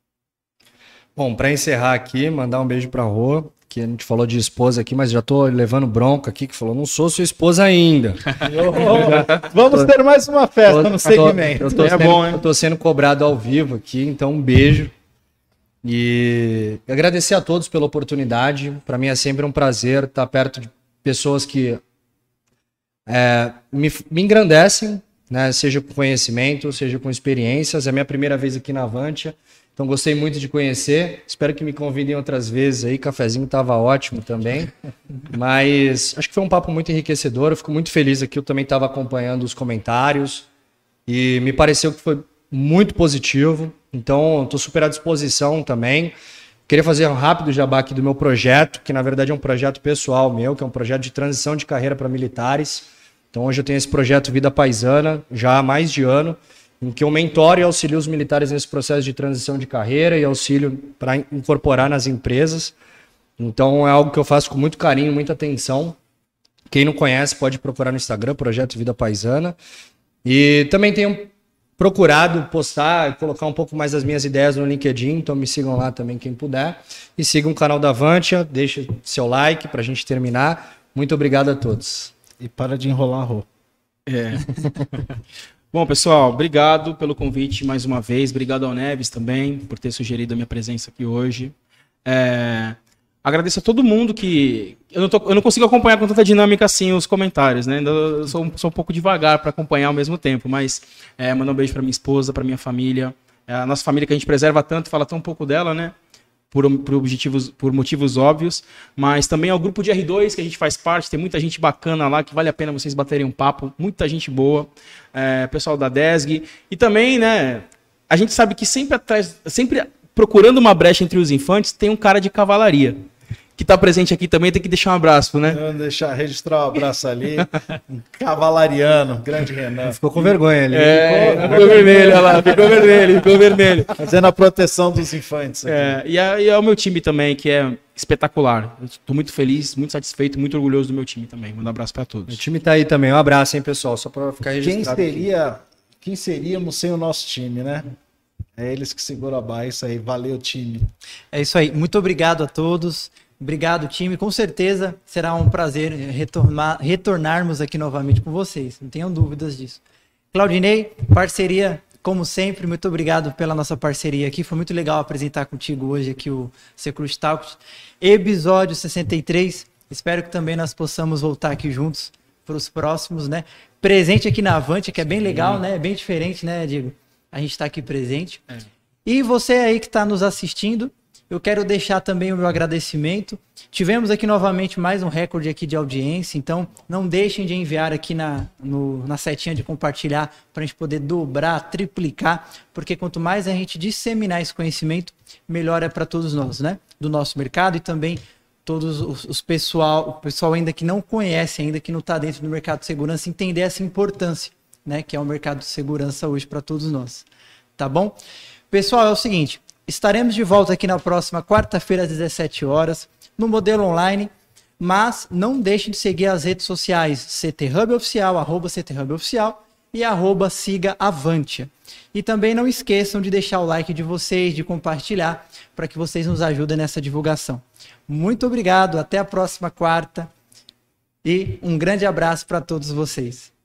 Bom, para encerrar aqui, mandar um beijo para a Rô, que a gente falou de esposa aqui, mas já tô levando bronca aqui, que falou, não sou sua esposa ainda. Vamos ter mais uma festa tô, no segmento. Eu tô, eu tô é sendo, bom, hein? Eu tô sendo cobrado ao vivo aqui, então um beijo. E agradecer a todos pela oportunidade. Para mim é sempre um prazer estar perto de pessoas que é, me, me engrandecem, né? Seja com conhecimento, seja com experiências. É a minha primeira vez aqui na Avantia. Então gostei muito de conhecer. Espero que me convidem outras vezes aí. Cafezinho estava ótimo também. Mas acho que foi um papo muito enriquecedor. Eu fico muito feliz aqui. Eu também estava acompanhando os comentários e me pareceu que foi muito positivo. Então estou super à disposição também. Queria fazer um rápido jabá aqui do meu projeto, que na verdade é um projeto pessoal meu, que é um projeto de transição de carreira para militares. Então hoje eu tenho esse projeto Vida Paisana já há mais de ano, em que eu mentoro e auxilio os militares nesse processo de transição de carreira e auxílio para incorporar nas empresas. Então é algo que eu faço com muito carinho, muita atenção. Quem não conhece pode procurar no Instagram, Projeto Vida Paisana. E também tenho procurado postar, colocar um pouco mais das minhas ideias no LinkedIn, então me sigam lá também quem puder. E sigam o canal da Avantia, deixe seu like para a gente terminar. Muito obrigado a todos. E para de enrolar, Rô. É. Bom, pessoal, obrigado pelo convite mais uma vez. Obrigado ao Neves também por ter sugerido a minha presença aqui hoje. É... Agradeço a todo mundo que... Eu não, tô... eu não consigo acompanhar com tanta dinâmica assim os comentários, né? Eu sou, sou um pouco devagar para acompanhar ao mesmo tempo, mas é, mandar um beijo para minha esposa, para minha família. É a nossa família que a gente preserva tanto, fala tão pouco dela, né? Por, por, objetivos, por motivos óbvios, mas também ao grupo de R dois que a gente faz parte, tem muita gente bacana lá, que vale a pena vocês baterem um papo, muita gente boa, é, pessoal da D E S G, e também, né, a gente sabe que sempre atrás, sempre procurando uma brecha entre os infantes, tem um cara de cavalaria, que está presente aqui também, tem que deixar um abraço, né? Vamos deixar, registrar um abraço ali, um cavalariano, grande Renan. Ficou com vergonha ali. É, ficou, ficou vermelho, olha lá, ficou vermelho, ficou vermelho. Fazendo a proteção dos infantes. É, e, a, e ao meu time também, que é espetacular. Estou muito feliz, muito satisfeito, muito orgulhoso do meu time também. Manda um abraço para todos. O time tá aí também. Um abraço, hein, pessoal? Só para ficar Quem registrado. seria, quem seríamos sem o nosso time, né? É eles que seguram a barra, isso aí. Valeu, time. É isso aí. Muito obrigado a todos. Obrigado, time. Com certeza será um prazer retornar, retornarmos aqui novamente com vocês. Não tenham dúvidas disso. Claudinei, parceria, como sempre. Muito obrigado pela nossa parceria aqui. Foi muito legal apresentar contigo hoje aqui o Security Talks. Episódio sessenta e três. Espero que também nós possamos voltar aqui juntos para os próximos, né? Presente aqui na Avantia, que é bem legal, né? É bem diferente, né, Diego? A gente está aqui presente. É. E você aí que está nos assistindo, eu quero deixar também o meu agradecimento. Tivemos aqui novamente mais um recorde aqui de audiência, então não deixem de enviar aqui na, no, na setinha de compartilhar para a gente poder dobrar, triplicar, porque quanto mais a gente disseminar esse conhecimento, melhor é para todos nós, né? Do nosso mercado e também todos os, os pessoal, o pessoal ainda que não conhece, ainda que não está dentro do mercado de segurança, entender essa importância, né? Que é o mercado de segurança hoje para todos nós. Tá bom? Pessoal, é o seguinte... Estaremos de volta aqui na próxima quarta-feira às dezessete horas, no modelo online, mas não deixe de seguir as redes sociais C T Hub Oficial, arroba C T Hub Oficial e arroba siga Avantia. E também não esqueçam de deixar o like de vocês, de compartilhar, para que vocês nos ajudem nessa divulgação. Muito obrigado, até a próxima quarta e um grande abraço para todos vocês.